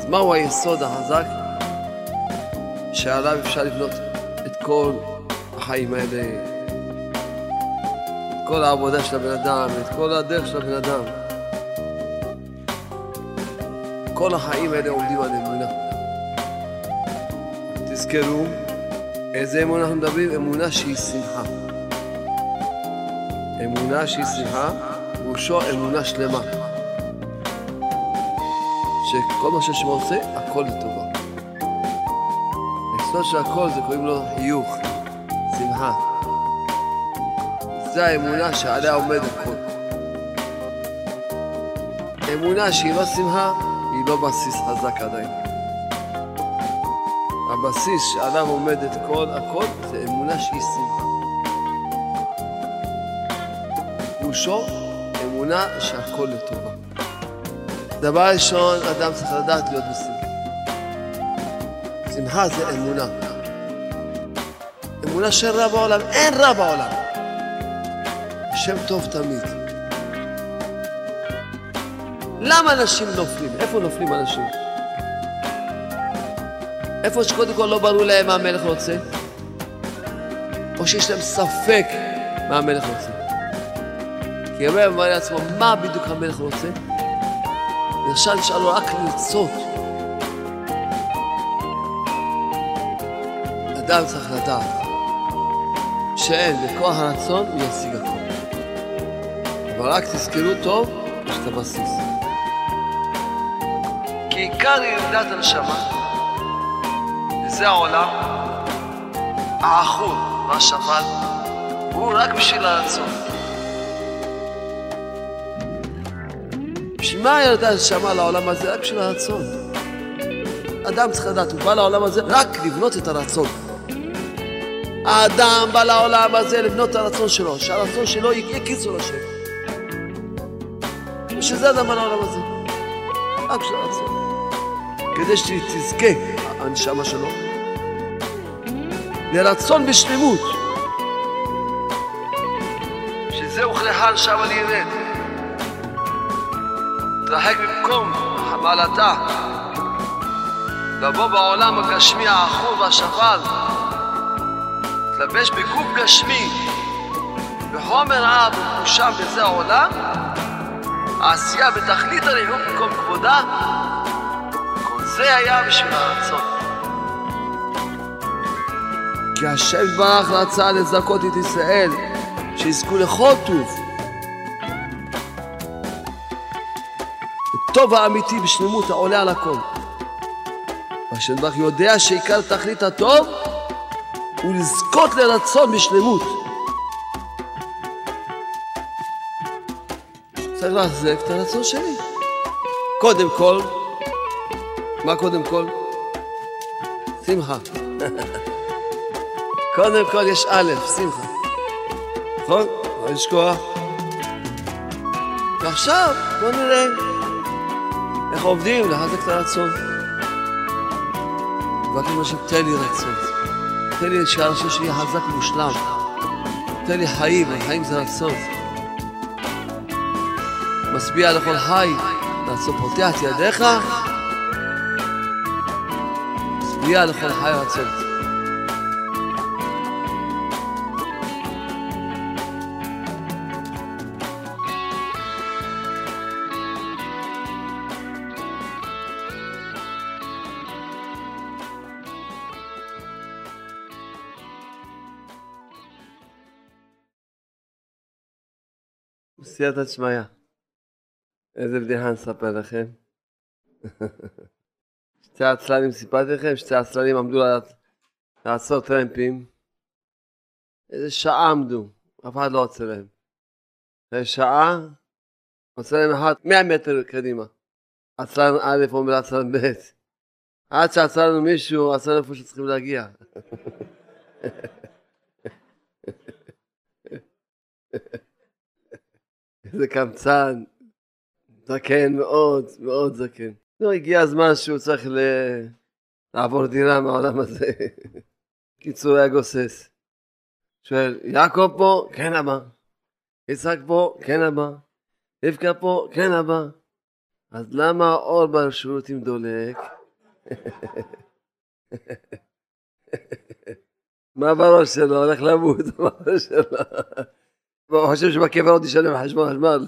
מהו היסוד החזק שעליו אפשר לבנות את כל החיים האלה, את כל העבודה של הבן אדם, את כל הדרך של הבן אדם? כל החיים האלה עומדים על אמונה. תזכרו איזה אמונה אנחנו מדברים? אמונה שהיא שמחה. אמונה שהיא שמחה, פירושו אמונה שלמה. שכל מה ששמו עושה, הכל לטובה. היסוד של הכל זה קוראים לו חיוך, שמחה. זה האמונה שעליה עומד הכל. אמונה שהיא לא שמחה, היא לא בסיס חזק עדיין. הבסיס שעליו עומד את הכל זה אמונה שהיא שמחה. פירושו אמונה שהכל לטובה. דבר ראשון, אדם צריך לדעת להיות בשמחה. שמחה זה אמונה. אמונה של רע בעולם, אין רע בעולם. השם טוב תמיד. למה אנשים נופלים? איפה נופלים אנשים? איפה שקודם כל לא ברור להם מה המלך רוצה? או שיש להם ספק מה המלך רוצה? כי הרבה אמר לעצמו, מה בדיוק המלך רוצה? וישר נשאר לו רק לרצות. אדם צריך לדעת שאין בכוח הרצון הוא ישיג הכל. אבל רק תזכרו טוב, יש את הבסיס. כי עיקר ירידת הנשמה, וזה העולם, האחוד והשפל, הוא רק בשביל הרצון. בשביל מה ירידת הנשמה לעולם הזה? רק בשביל הרצון. אדם צריך לדעת, הוא בא לעולם הזה רק לבנות את הרצון. האדם בא לעולם הזה לבנות את הרצון שלו, שהרצון שלו יהיה קיצור לשם. ושזה אדם בא לעולם הזה. רק בשביל הרצון. כדי שתזכה הנשמה שלו לרצון בשלמות. שזה הוכרחה הנשמה להירד. תרחק במקום מעלתה. לבוא בעולם הגשמי האחור והשפל. תלבש בגוף גשמי, בחומר רע ומחושב בזה העולם, העשייה בתכלית הריחוק במקום כבודה, כל זה היה בשביל הרצון. כי השם יתברך רצה לזכות את ישראל, שיזכו לכל טוב. הטוב האמיתי בשלמות העולה על הכל. והשם יתברך יודע שעיקר תכלית הטוב, ולזכות לרצון בשלמות. צריך להחזק את הרצון שלי. קודם כל, מה קודם כל? שמחה. קודם כל יש א', שמחה. נכון? לא לשכוח. ועכשיו, בוא נראה איך עובדים לחזק את הרצון. רק אם השם תן לי רצון. תן לי שהרצון שלי חזק מושלם. תן לי חיים, החיים זה רצון. משביע לכל חי, רצון פותח את ידיך. משביע לכל חי רצון. סייעתא דשמיא. איזה בדיחה נספר לכם? שתי עצלנים סיפרתי לכם, שתי עצלנים עמדו לעשות טרמפים. איזה שעה עמדו, אף אחד לא עוצר להם. אחרי שעה, עוצר להם אחד 100 מטר קדימה. עצלן א' אומר עצלן ב'. עד שעצר לנו מישהו, עצר לנו איפה שצריכים להגיע. איזה קמצן, זקן מאוד, מאוד זקן. לא, הגיע הזמן שהוא צריך לעבור דירה מהעולם הזה. קיצור היה גוסס. שואל, יעקב פה? כן אבא. יצחק פה? כן אבא. רבקה פה? כן אבא. אז למה האור ברשותים דולק? מה בראש שלו? הולך למות, מה בראש שלו? הוא חושב שבקבר עוד ישלם חשבון חשמל.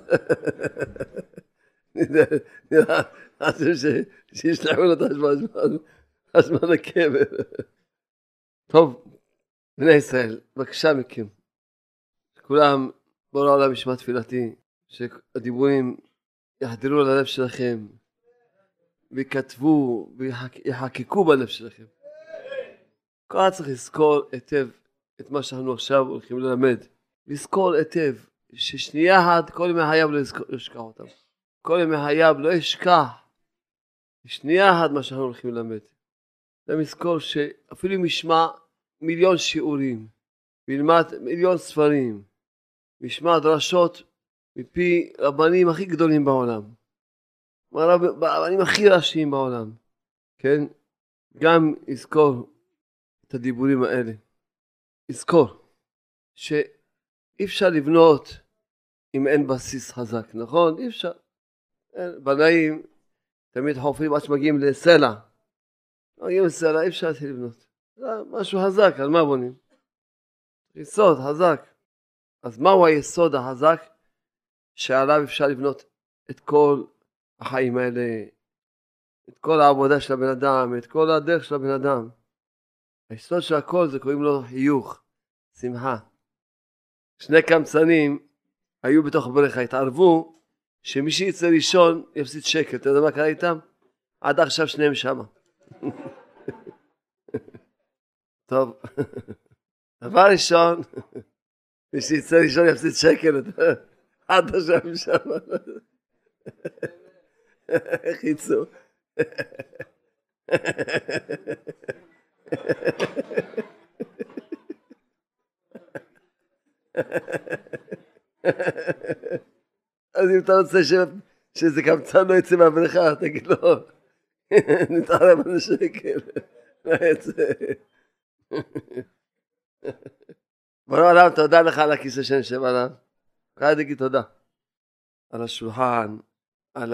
נראה, חושב שישלחו לו את חשבון הקבר. טוב, בני ישראל, בבקשה מכם. כולם, בורא העולם ישמע תפילתי, שהדיבורים יחדרו ללב שלכם, ויכתבו, ויחקקו בלב שלכם. כל אחד צריך לזכור היטב את מה שאנחנו עכשיו הולכים ללמד. לזכור היטב ששנייה אחת כל ימי חייו לא ישכח אותם. כל ימי חייו לא ישכח שנייה אחת מה שאנחנו הולכים ללמד. צריך לזכור שאפילו אם ישמע 1,000,000 שיעורים, וילמד 1,000,000 ספרים, וישמע דרשות מפי רבנים הכי גדולים בעולם, רבנים הכי ראשיים בעולם, כן? גם יזכור את הדיבורים האלה. יזכור שאי אפשר לבנות אם אין בסיס חזק, נכון? אי אפשר. בנאים תמיד חופרים עד שמגיעים לסלע. מגיעים לסלע, אי אפשר להתחיל לבנות. זה משהו חזק, על מה בונים? יסוד חזק. אז מהו היסוד החזק שעליו אפשר לבנות את כל החיים האלה, את כל העבודה של הבן אדם, את כל הדרך של הבן אדם? היסוד של הכל זה קוראים לו חיוך, שמחה. שני קמצנים היו בתוך בריכה, התערבו שמי שיצא ראשון יפסיד שקל. אתה יודע מה קרה איתם? עד עכשיו שניהם שמה. טוב, דבר ראשון, מי שיצא ראשון יפסיד שקל. עד עכשיו שמה. איך יצאו? אז אם אתה רוצה שזה קמצן לא יצא מהבריכה, תגיד לו, נתערב על שקל. לא יצא. בורא עולם, תודה לך על הכיסא שנשב עליו. קרא תגיד תודה. על השולחן, על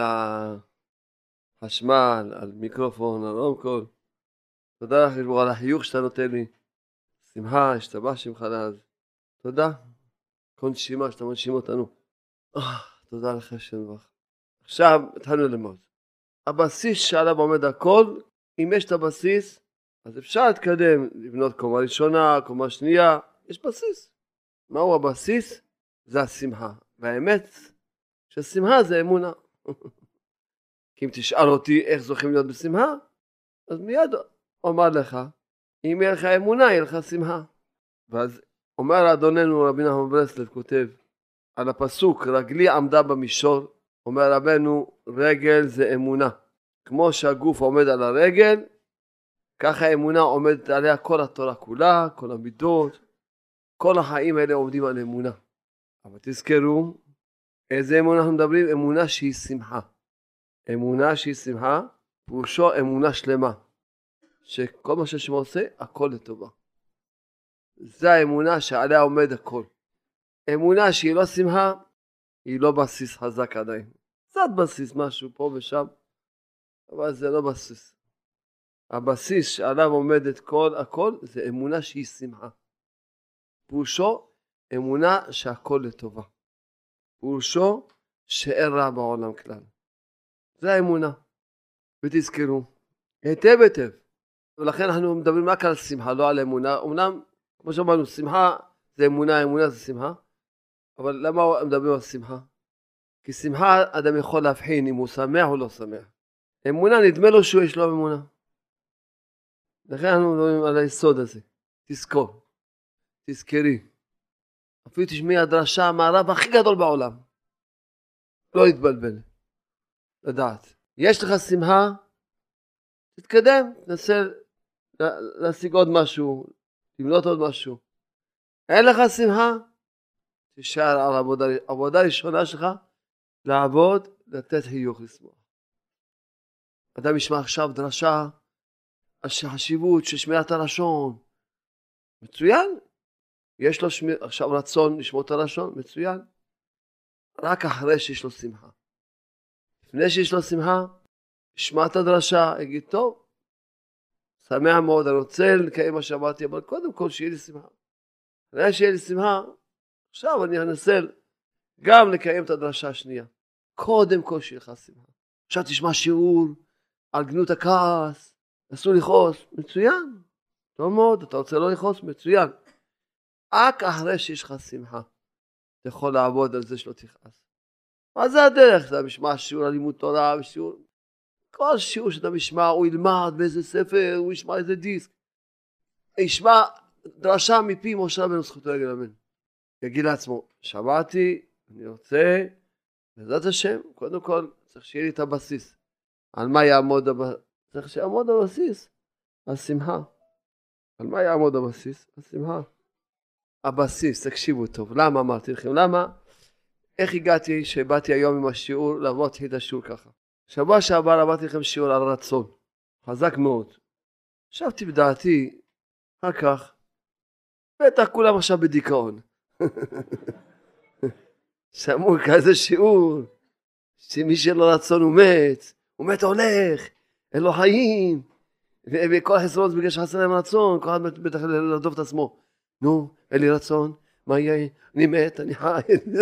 החשמל, על מיקרופון, על רמקול. תודה לך על החיוך שאתה נותן לי. שמחה, השתבח שמך לעז. תודה. כל נשימה שאתה מנשים אותנו. תודה לך שנבח. עכשיו התחלנו ללמוד. הבסיס שעליו עומד הכל, אם יש את הבסיס, אז אפשר להתקדם, לבנות קומה ראשונה, קומה שנייה, יש בסיס. מהו הבסיס? זה השמחה. והאמת שהשמחה זה אמונה. כי אם תשאל אותי איך זוכים להיות בשמחה, אז מיד אומר לך, אם יהיה לך אמונה, יהיה לך שמחה. ואז אומר אדוננו רבי נחמן ברסלב, כותב על הפסוק, רגלי עמדה במישור, אומר רבנו, רגל זה אמונה. כמו שהגוף עומד על הרגל, ככה האמונה עומדת עליה כל התורה כולה, כל המידות, כל החיים האלה עומדים על אמונה. אבל תזכרו, איזה אמונה אנחנו מדברים? אמונה שהיא שמחה. אמונה שהיא שמחה, פירושו אמונה שלמה. שכל מה ששמו עושה, הכל לטובה. זה האמונה שעליה עומד הכל. אמונה שהיא לא שמחה, היא לא בסיס חזק עדיין. קצת בסיס משהו פה ושם, אבל זה לא בסיס. הבסיס שעליו עומדת הכל, זה אמונה שהיא שמחה. פירושו אמונה שהכל לטובה. פירושו שאין רע בעולם כלל. זה האמונה. ותזכרו, היטב היטב. ולכן אנחנו מדברים רק על שמחה, לא על אמונה. אמנם, כמו שאמרנו, שמחה זה אמונה, אמונה זה שמחה. אבל למה מדברים על שמחה? כי שמחה אדם יכול להבחין אם הוא שמח או לא שמח. אמונה נדמה לו שהוא יש לו אמונה. לכן אנחנו מדברים על היסוד הזה. תזכור, תזכרי. אפילו תשמעי הדרשה מהרב הכי גדול בעולם. לא להתבלבל. לדעת. יש לך שמחה, תתקדם, תנסה להשיג עוד משהו, לבנות עוד משהו. אין לך שמחה, תשאר על העבודה הראשונה שלך, לעבוד, לתת חיוך לשמוח. אדם ישמע עכשיו דרשה, החשיבות של שמירת הלשון. מצוין. יש לו עכשיו רצון לשמור את הלשון, מצוין. רק אחרי שיש לו שמחה. לפני שיש לו שמחה, ישמע את הדרשה, יגיד טוב, שמח מאוד, אני רוצה לקיים מה שאמרתי, אבל קודם כל שיהיה לי שמחה. אחרי שיהיה לי שמחה, עכשיו אני אנסה גם לקיים את הדרשה השנייה. קודם כל שיהיה לך שמחה. עכשיו תשמע שיעור על גנות הכעס, אסור לכעוס, מצוין. טוב מאוד, אתה רוצה לא לכעוס, מצוין. רק אחרי שיש לך שמחה, אתה יכול לעבוד על זה שלא תכעס. מה זה הדרך? אתה משמע שיעור על לימוד תורה ושיעור... כל שיעור שאתה משמע, הוא ילמד באיזה ספר, הוא ישמע איזה דיסק. ישמע דרשה מפי משה רבנו זכותו יגן אמן. יגיד לעצמו, שמעתי, אני רוצה, בעזרת השם, קודם כל צריך שיהיה לי את הבסיס. על מה יעמוד הבסיס? צריך שיעמוד הבסיס? השמחה. על מה יעמוד הבסיס? השמחה. הבסיס, תקשיבו טוב. למה אמרתי לכם? למה? איך הגעתי שבאתי היום עם השיעור, לבוא תחיל את השיעור ככה. שבוע שעבר אמרתי לכם שיעור על רצון. חזק מאוד. חשבתי בדעתי, אחר כך, בטח כולם עכשיו בדיכאון. שמעו כזה שיעור, שמי שלא רצון הוא מת הולך, אין לו חיים, וכל החסרונות בגלל שחסר להם רצון, כל אחד בטח לרדוף את עצמו. נו, אין לי רצון, מה יהיה? אני מת, אני חי.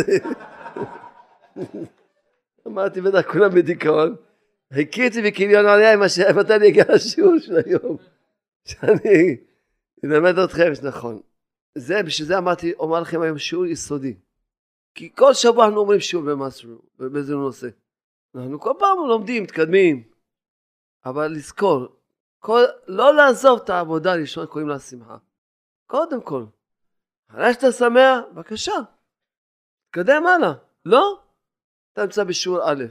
אמרתי בטח כולם בדיכאון. חיכיתי בכיליון עליי מתי אני אגיע לשיעור של היום. שאני אלמד אתכם שנכון. בשביל זה אמרתי, אומר לכם היום שיעור יסודי. כי כל שבוע אנחנו אומרים שיעור במשהו, באיזה נושא. אנחנו כל פעם לומדים, מתקדמים. אבל לזכור, לא לעזוב את העבודה הראשונה, קוראים לה שמחה. קודם כל. אחרי שאתה שמח, בבקשה. תקדם הלאה. לא? אתה נמצא בשיעור א'.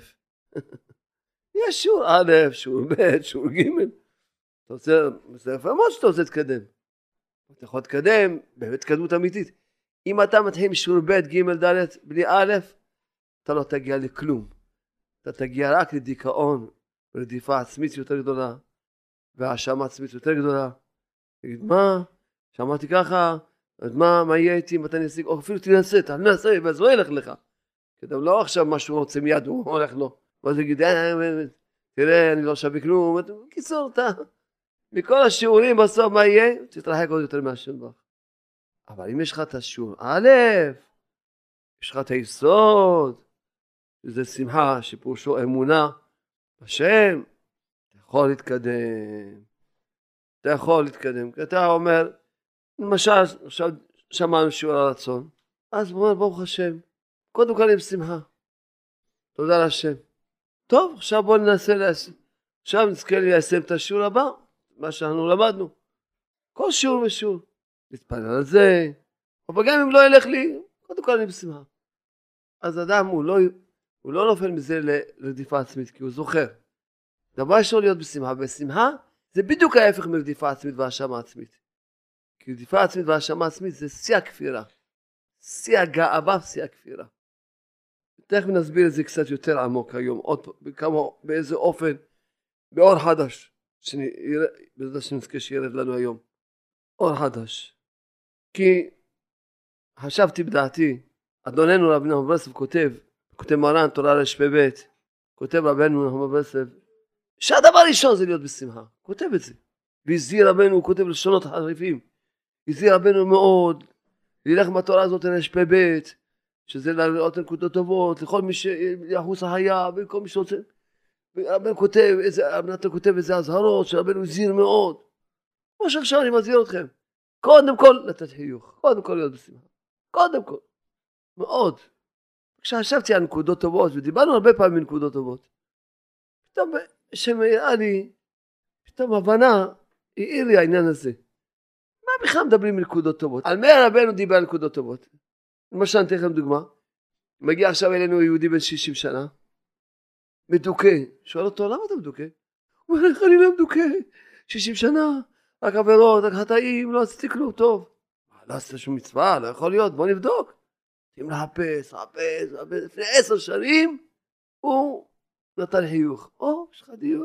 יש שיעור א', שיעור ב', שיעור ג'. אתה רוצה, זה יפה מאוד שאתה רוצה להתקדם. אתה יכול להתקדם, באמת התקדמות אמיתית. אם אתה מתחיל עם שיעור ב', ג', ד', בלי א', אתה לא תגיע לכלום. אתה תגיע רק לדיכאון, ולרדיפה עצמית יותר גדולה, והאשמה עצמית יותר גדולה. תגיד, מה? שמעתי ככה, אז מה יהיה איתי, מתי אני אשיג, או אפילו תנסה, ואז לא ילך לך. כי אתה לא עכשיו משהו רוצה מיד, הוא הולך לו. ואז תגיד, תראה, אני לא שווה כלום. קיצור, אתה, מכל השיעורים בסוף מה יהיה? תתרחק עוד יותר מהשם בך. אבל אם יש לך את השיעור א', יש לך את היסוד, שזה שמחה שפורשו אמונה בשם, אתה יכול להתקדם. אתה יכול להתקדם. כי אתה אומר, למשל, עכשיו שמענו שיעור על רצון, אז הוא אומר, ברוך השם, קודם כל עם שמחה. תודה להשם. טוב, עכשיו בואו ננסה עכשיו נזכה ליישם את השיעור הבא, מה שאנחנו למדנו. כל שיעור ושיעור. להתפלל על זה, אבל גם אם לא ילך לי, קודם כל אני בשמחה. אז אדם הוא לא נופל מזה לרדיפה עצמית, כי הוא זוכר. דבר ראשון להיות בשמחה, בשמחה זה בדיוק ההפך מרדיפה עצמית והאשמה עצמית. כי רדיפה עצמית והאשמה עצמית זה שיא הכפירה. שיא הגאווה, שיא הכפירה. תכף נסביר את זה קצת יותר עמוק היום, עוד באיזה אופן, באור חדש, בעזרת שנזכה שירד לנו היום. אור חדש. כי חשבתי בדעתי, אדוננו רבי נחמן מברסלב כותב מרן תורה רש"ב, כותב רבנו נחמן מברסלב, שהדבר הראשון זה להיות בשמחה. כותב את זה. והזהיר רבנו, הוא כותב לשונות חריפים. הזהיר רבנו מאוד, ללך מהתורה הזאת רש"ב, שזה לראות נקודות טובות, לכל מי שיחוס החיה, וכל מי שרוצה. רבנו כותב איזה הזהרות, שרבנו הזהיר מאוד. כמו שעכשיו אני מזהיר אתכם. קודם כל לתת חיוך, קודם כל להיות בשמחה. קודם כל. מאוד. כשחשבתי על נקודות טובות, ודיברנו הרבה פעמים מנקודות טובות, פתאום שמראה לי, פתאום הבנה, העיר לי העניין הזה. מה בכלל מדברים מנקודות טובות? על מה רבנו דיבר על נקודות טובות? למשל, אני אתן לכם דוגמה. מגיע עכשיו אלינו יהודי בן 60 שנה, מדוכא. שואל אותו, למה אתה מדוכא? הוא אומר, איך אני לא מדוכא? 60 שנה, רק עבירות, רק חטאים, לא עשיתי כלום טוב. לא עשית שום מצווה, לא יכול להיות, בוא נבדוק. אם לחפש, לפני 10 שנים, הוא נתן חיוך. יש לך דיור.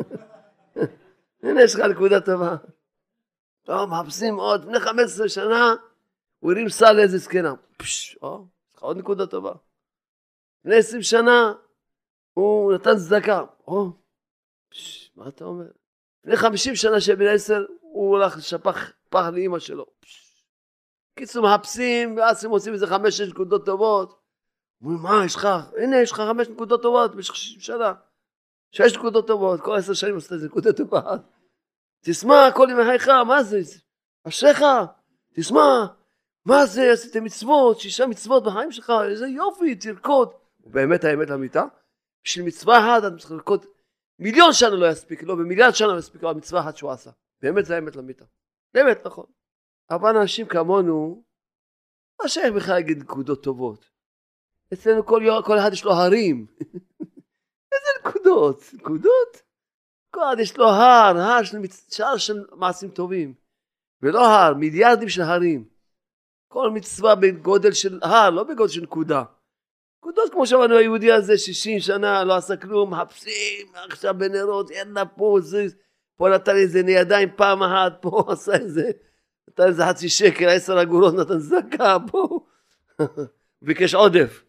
הנה, יש לך נקודה טובה. טוב, מחפשים עוד, לפני 15 שנה, הוא הרים סל לאיזה זקנה. יש לך עוד נקודה טובה. לפני 20 שנה, הוא נתן צדקה. מה אתה אומר? לפני 50 שנה שבן 10, הוא הולך לשפך פח לאמא שלו. קיצור מחפשים, ואז הם עושים איזה 5-6 נקודות טובות. אומרים, מה יש לך? הנה יש לך 5 נקודות טובות במשך 60 שנה. 6 נקודות טובות, כל 10 שנים עושה איזה נקודה טובה. תשמע, הכל עם החייך, מה זה? אשריך, תשמע, מה זה? עשיתם מצוות, 6 מצוות בחיים שלך, איזה יופי, תרקוד. ובאמת האמת למיטה, בשביל מצווה אחת, אתה צריך לרקוד 1,000,000 שנה לא יספיק, לא, ב1,000,000,000 שנה לא יספיק, אבל מצווה אחת שהוא עשה. באמת זה האמת למיטה. באמת, נכון. אבל אנשים כמונו, מה שייך בכלל להגיד נקודות טובות? אצלנו כל אחד יש לו הרים. איזה נקודות? נקודות? כל אחד יש לו הר של מעשים טובים. ולא הר, מיליארדים של הרים. כל מצווה בגודל של הר, לא בגודל של נקודה. נקודות כמו שאמרנו, היהודי הזה 60 שנה לא עשה כלום, מחפשים, עכשיו בנרות, ידע פה, פה נתן איזה ידיים פעם אחת, פה עשה איזה, נתן איזה 0.5 שקל, 10 אגורות, נתן זקה, פה. ביקש עודף.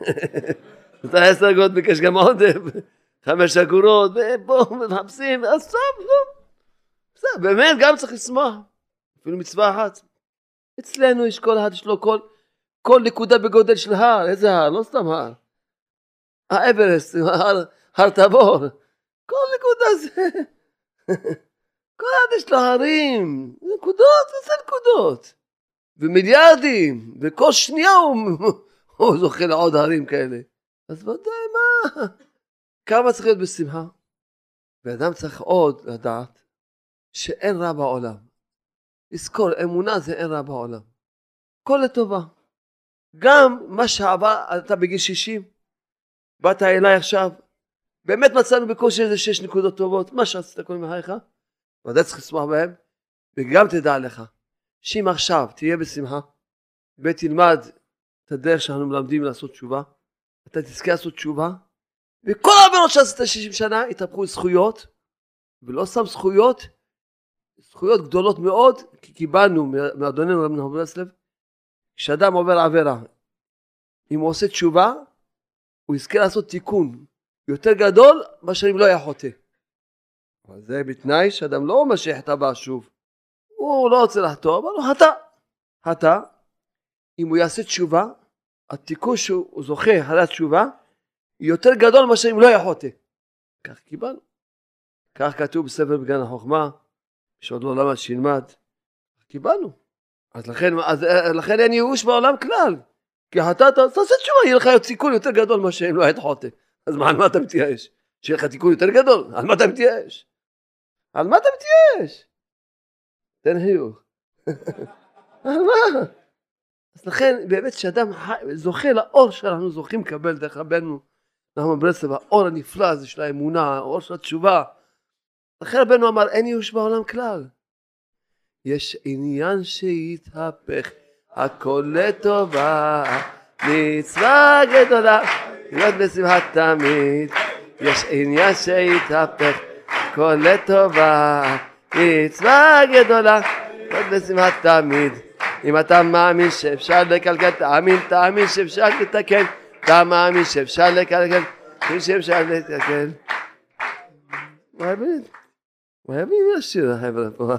נתן 10 אגורות, ביקש גם עודף. 5 אגורות, ופה מחפשים, אז סתם, לא. בסדר, באמת גם צריך לשמוח. אפילו מצווה אחת. אצלנו יש כל אחד, יש לו כל נקודה בגודל של הר. איזה הר? לא סתם הר. האברסט, הר תבור. כל נקודה זה. כל אחד יש לו הרים. נקודות, איזה נקודות. ומיליארדים. וכל שנייה הוא זוכה לעוד הרים כאלה. אז ודאי מה? כמה צריך להיות בשמחה? ואדם צריך עוד לדעת שאין רע בעולם. לזכור, אמונה זה אין רע בעולם. כל לטובה. גם מה שעבר, אתה בגיל 60, באת אליי עכשיו, באמת מצאנו בקושי איזה 6 נקודות טובות, מה שעשית כל מחייך, ודאי צריך לשמוח בהם, וגם תדע לך, שאם עכשיו תהיה בשמחה, ותלמד את הדרך שאנחנו מלמדים לעשות תשובה, אתה תזכה לעשות תשובה, וכל העבירות שעשית 60 שנה התהפכו זכויות, ולא שם זכויות גדולות מאוד, כי קיבלנו מאדוננו רבי נחמן מברסלב, כשאדם עובר עבירה, אם הוא עושה תשובה, הוא יזכה לעשות תיקון יותר גדול, מאשר אם לא היה חוטא. אבל זה בתנאי שאדם לא אומר שיחטא בה שוב. הוא לא רוצה לחטוא, אבל הוא חטא. אם הוא יעשה תשובה, התיקון שהוא זוכה אחרי התשובה, יותר גדול מאשר אם לא היה חוטא. כך קיבלנו. כך כתוב בספר בגן החוכמה, שעוד לא למד שילמד. קיבלנו. אז לכן אין ייאוש בעולם כלל. כי חטאת, תעשה תשובה, יהיה לך תיקון יותר גדול מאשר אם לא היית חוטא. אז על מה אתה מתייאש? שיהיה לך תיקון יותר גדול? על מה אתה מתייאש? על מה אתה מתייאש? תן חיוך. על מה? אז לכן באמת שאדם זוכה לאור שאנחנו זוכים לקבל דרך רבנו נחמן מברסלב, האור הנפלא הזה של האמונה, האור של התשובה. לכן רבנו אמר, אין ייאוש בעולם כלל. יש עניין שיתהפך, הכל לטובה, מצווה גדולה, להיות בשמחת תמיד. יש עניין שיתהפך, הכל לטובה, מצווה גדולה, להיות בשמחת תמיד. אם אתה מאמין שאפשר לקלקל, תאמין שאפשר לתקן, אתה מאמין שאפשר לקלקל, שאפשר לתקן. אוהבים לשיר החבר'ה פה,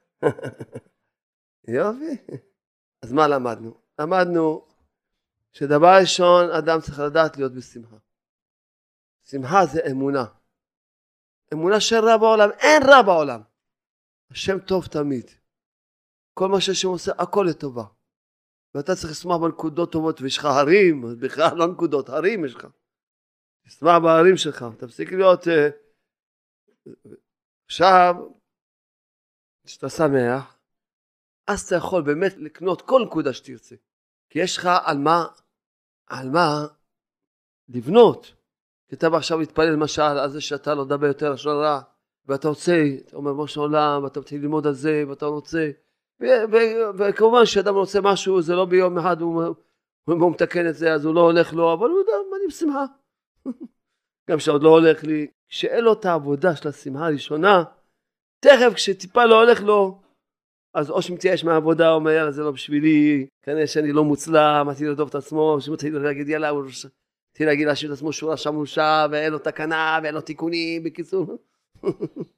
יופי. אז מה למדנו? למדנו שדבר ראשון אדם צריך לדעת להיות בשמחה. שמחה זה אמונה. אמונה שאין רע בעולם, אין רע בעולם. השם טוב תמיד. כל מה שהשם עושה, הכל לטובה. ואתה צריך לשמח בנקודות טובות, ויש לך הרים, בכלל לא נקודות, הרים יש לך. תשמח בהרים שלך, תפסיק להיות... עכשיו, כשאתה שמח, אז אתה יכול באמת לקנות כל נקודה שתרצה. כי יש לך על מה לבנות. כי אתה עכשיו להתפלל למשל על זה שאתה לא דבר יותר לשון רע, ואתה רוצה, אתה אומר משהו עולם, ואתה מתחיל ללמוד על זה, ואתה רוצה, וכמובן שאדם רוצה משהו, זה לא ביום אחד, הוא מתקן את זה, אז הוא לא הולך לו, אבל הוא יודע, אני בשמחה. גם שעוד לא הולך לי, כשאין לו את העבודה של השמחה הראשונה, תכף כשטיפה לא הולך לו, אז או שמתייאש מהעבודה, אומר, יאללה, זה לא בשבילי, כנראה שאני לא מוצלח, מתחיל לדוב את עצמו, שמתחיל להגיד, יאללה, הוא מתחיל להגיד להשאיר את עצמו שהוא רשע מורשע, ואין לו תקנה, ואין לו תיקונים, בקיצור.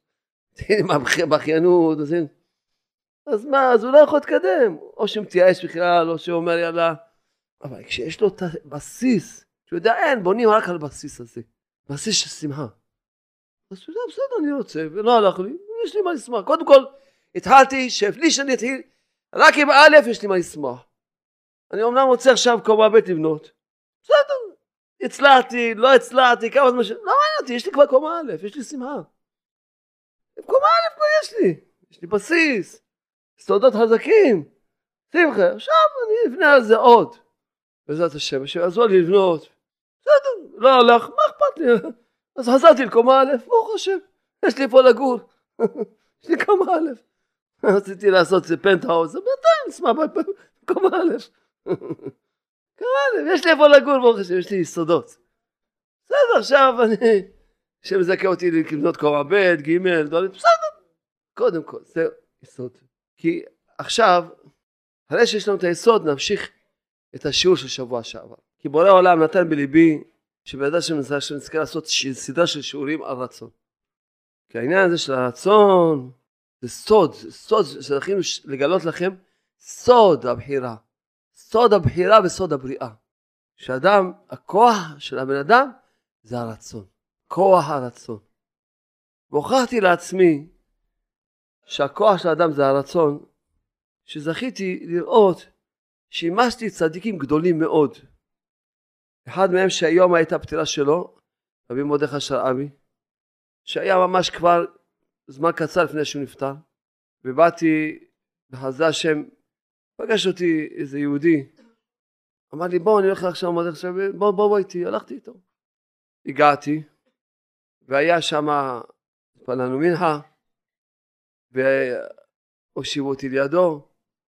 עם הבכיינות, אז מה, אז הוא לא יכול להתקדם, או שמתייאש בכלל, או שאומר יאללה, אבל כשיש לו את הבסיס, שהוא יודע אין, בונים רק על הבסיס הזה, בסיס של שמחה. אז הוא יודע, בסדר, אני רוצה, ולא הלך לי, יש לי מה לשמח. קודם כל, התחלתי, לפני שאני אתחיל, רק עם א' יש לי מה לשמח. אני אומנם רוצה עכשיו קומה בית לבנות, בסדר, הצלחתי, לא הצלחתי, כמה זמן לא מעניין אותי, יש לי כבר קומה א', יש לי שמחה. קומה א' כבר יש לי בסיס, סודות חזקים, שמחה, עכשיו אני אבנה על זה עוד. בעזרת השם, שיעזור לי לבנות, בסדר, לא הלך, מה אכפת לי? אז חזרתי לקומה א', ברוך השם, יש לי פה לגור, יש לי קומה א'. רציתי לעשות זה פנטהאוז, זה בינתיים נשמע בקומה א'. קומה א', יש לי פה לגור, ברוך השם, יש לי יסודות. בסדר, עכשיו אני, שמזכה אותי לבנות קומה ב', ג', דברים, בסדר. קודם כל, זה יסוד. כי עכשיו, אחרי שיש לנו את היסוד, נמשיך את השיעור של שבוע שעבר. כי בורא העולם נתן בליבי, שבעדה שנזכה לעשות סדרה של שיעורים על רצון. כי העניין הזה של הרצון, זה סוד שזכינו לגלות לכם, סוד הבחירה. סוד הבחירה וסוד הבריאה. שאדם, הכוח של הבן אדם, זה הרצון. כוח הרצון. והוכחתי לעצמי, שהכוח של האדם זה הרצון, שזכיתי לראות, שימשתי צדיקים גדולים מאוד. אחד מהם שהיום הייתה פטירה שלו, רבי מרדכי שרעבי, שהיה ממש כבר זמן קצר לפני שהוא נפטר, ובאתי בחסדי השם, פגש אותי איזה יהודי, אמר לי בוא אני הולך עכשיו מרדכי שרעבי, בוא איתי, הלכתי איתו. הגעתי, והיה שם, פלנו מנחה, והושיבו אותי לידו,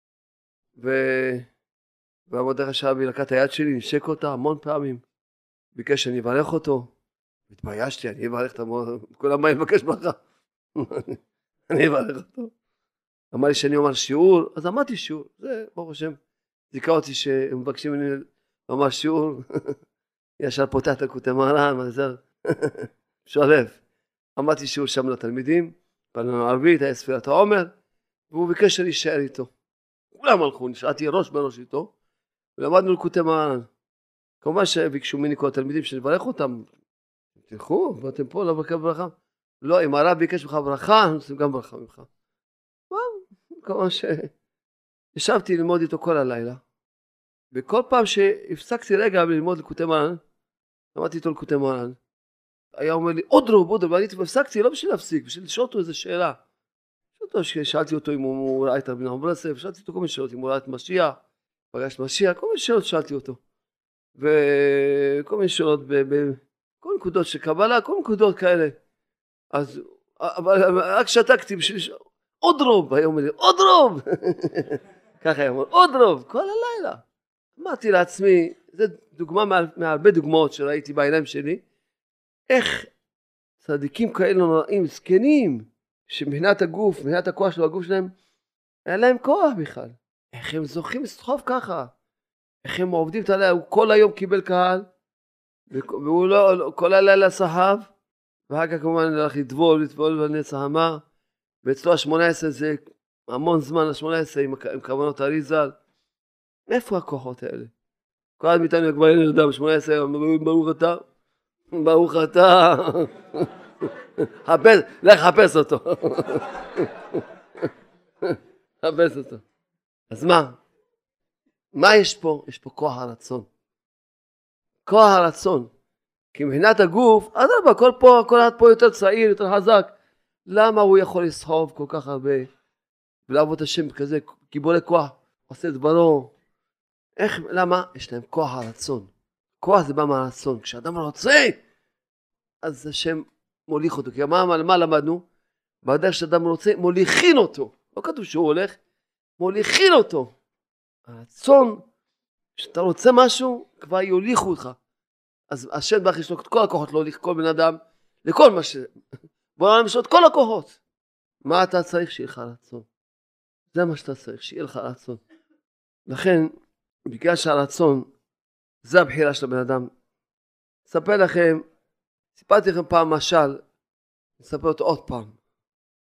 ומרדכי שרעבי לקח את היד שלי, נשק אותה המון פעמים, ביקש שאני אברך אותו, התביישתי, אני אברך את כולם מה לבקש ברכה, אני אברך אותו, אמר לי שאני אומר שיעור, אז אמרתי שיעור, זה ברוך השם, זיכה אותי שהם מבקשים ממני לומר שיעור, ישר פותח את הקוטי מהר"ן, מעזר, שולף, אמרתי שיעור שם לתלמידים, פלנו ערבית, היה ספירת העומר, והוא ביקש שאני אשאר איתו, כולם הלכו, נשארתי ראש בראש איתו, ולמדנו לקוטי מהר"ן, כמובן שביקשו ממני כל התלמידים שנברך אותם, תלכו, באתם פה לבקר ברכה, לא, אם הרב ביקש ממך ברכה, אנחנו עושים גם ברכה ממך. כמובן שישבתי ללמוד איתו כל הלילה, וכל פעם שהפסקתי רגע ללמוד לקוטי מהר"ן, למדתי איתו לקוטי מהר"ן, היה אומר לי, עוד רוב, ואני הפסקתי לא בשביל להפסיק, בשביל לשאול אותו איזו שאלה. שאלתי אותו אם הוא ראה את רבי נחמן ברסלב, שאלתי אותו כל מיני שאלות, אם הוא ראה את משיח, פגש משיח, כל מיני שאלות שאלתי אותו. וכל מיני שאלות, כל נקודות של קבלה, כל נקודות כאלה. אז, אבל רק שתקתי בשביל לשאול, עוד רוב, היה אומר לי, עוד רוב. ככה היה אומר, עוד רוב, כל הלילה. אמרתי לעצמי, זו דוגמה מהרבה דוגמאות שראיתי בעיניים שלי, איך צדיקים כאלה נוראים, זקנים, שמבחינת הגוף, מבחינת הכוח של הגוף שלהם, היה להם כוח בכלל. איך הם זוכים לסחוב ככה. איך הם עובדים, אתה יודע, הוא כל היום קיבל קהל, והוא לא, כל הלילה סחב, ואחר כך כמובן הלך לטבול בנץ ההמה, ואצלו ה-18 זה המון זמן, ה-18 עם כוונות אריזל. איפה הכוחות האלה? כל אחד מאיתנו כבר אין נרדם, ב-18, ברוך אתה, ברוך אתה. לך חפש אותו. חפש אותו. אז מה יש פה? יש פה כוח הרצון. כוח הרצון. כי מבחינת הגוף, אז כל אחד פה יותר צעיר, יותר חזק. למה הוא יכול לסחוב כל כך הרבה? ולעבוד השם כזה, גיבורי כוח, עושה דברו. איך, למה? יש להם כוח הרצון. כוח זה בא מהרצון. כשאדם רוצה, אז השם מוליך אותו. כי מה למדנו? בדרך שאדם רוצה, מוליכין אותו. לא כתוב שהוא הולך, מוליכין אותו. הרצון, כשאתה רוצה משהו, כבר יוליכו אותך. אז השם ברך יש לו את כל הכוחות להוליך כל בן אדם, לכל מה ש... בוא נעלם יש לו את כל הכוחות. מה אתה צריך? שיהיה לך רצון. זה מה שאתה צריך, שיהיה לך רצון. לכן, בגלל שהרצון, זה הבחירה של הבן אדם. אספר לכם, סיפרתי לכם פעם משל, אספר אותו עוד פעם.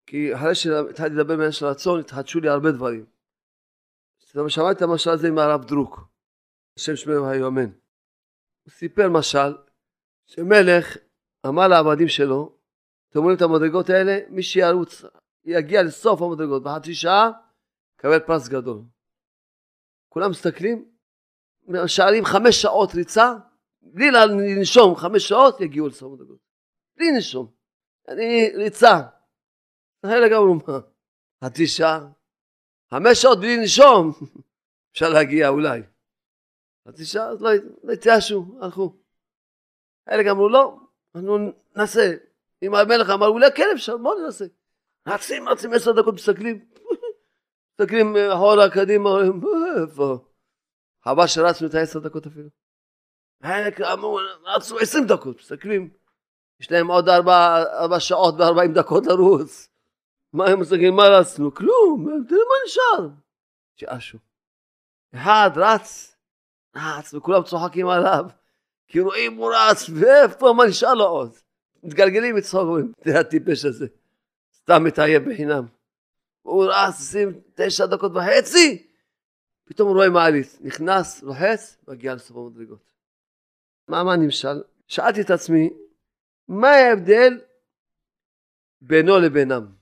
כי אחרי שהתחלתי לדבר בעניין של רצון, התחדשו לי הרבה דברים. שמעתי את המשל הזה עם הרב דרוק, השם שמנו היומן. הוא סיפר משל, שמלך אמר לעבדים שלו, אתם אומרים את המדרגות האלה, מי שירוץ, יגיע לסוף המדרגות, בחצי שעה, קבל פרס גדול. כולם מסתכלים, שערים 5 שעות ריצה, בלי לנשום 5 שעות, יגיעו לסוף המדרגות. בלי לנשום. אני ריצה. אחרי לגמרי מה? חצי שעה. 5 שעות בלי לנשום. אפשר להגיע אולי. חצי שעה, אז לא התייאשו, הלכו. אלה גם אמרו, לא, אנחנו נעשה. אם המלך אמר, אולי כן אפשר, בואו ננסה. רצים 10 דקות, מסתכלים אחורה, קדימה, איפה? חבל שרצנו את 10 דקות אפילו. אלה אמרו, רצנו 20 דקות, מסתכלים. יש להם עוד 4 שעות ו40 דקות לרוץ. מה הם מסתכלים, מה רצנו? כלום, תראה מה נשאר. שעשו. אחד רץ, וכולם צוחקים עליו. כי רואים הוא רץ, ואיפה מה נשאר לו עוד? מתגלגלים מצחוק, תראה הטיפש הזה. סתם מתאיים בחינם. הוא רץ 29 דקות וחצי, פתאום הוא רואה מעלית. נכנס, לוחץ, מגיע לסוף המדרגות. מה נמשל? שאלתי את עצמי, מה ההבדל בינו לבינם?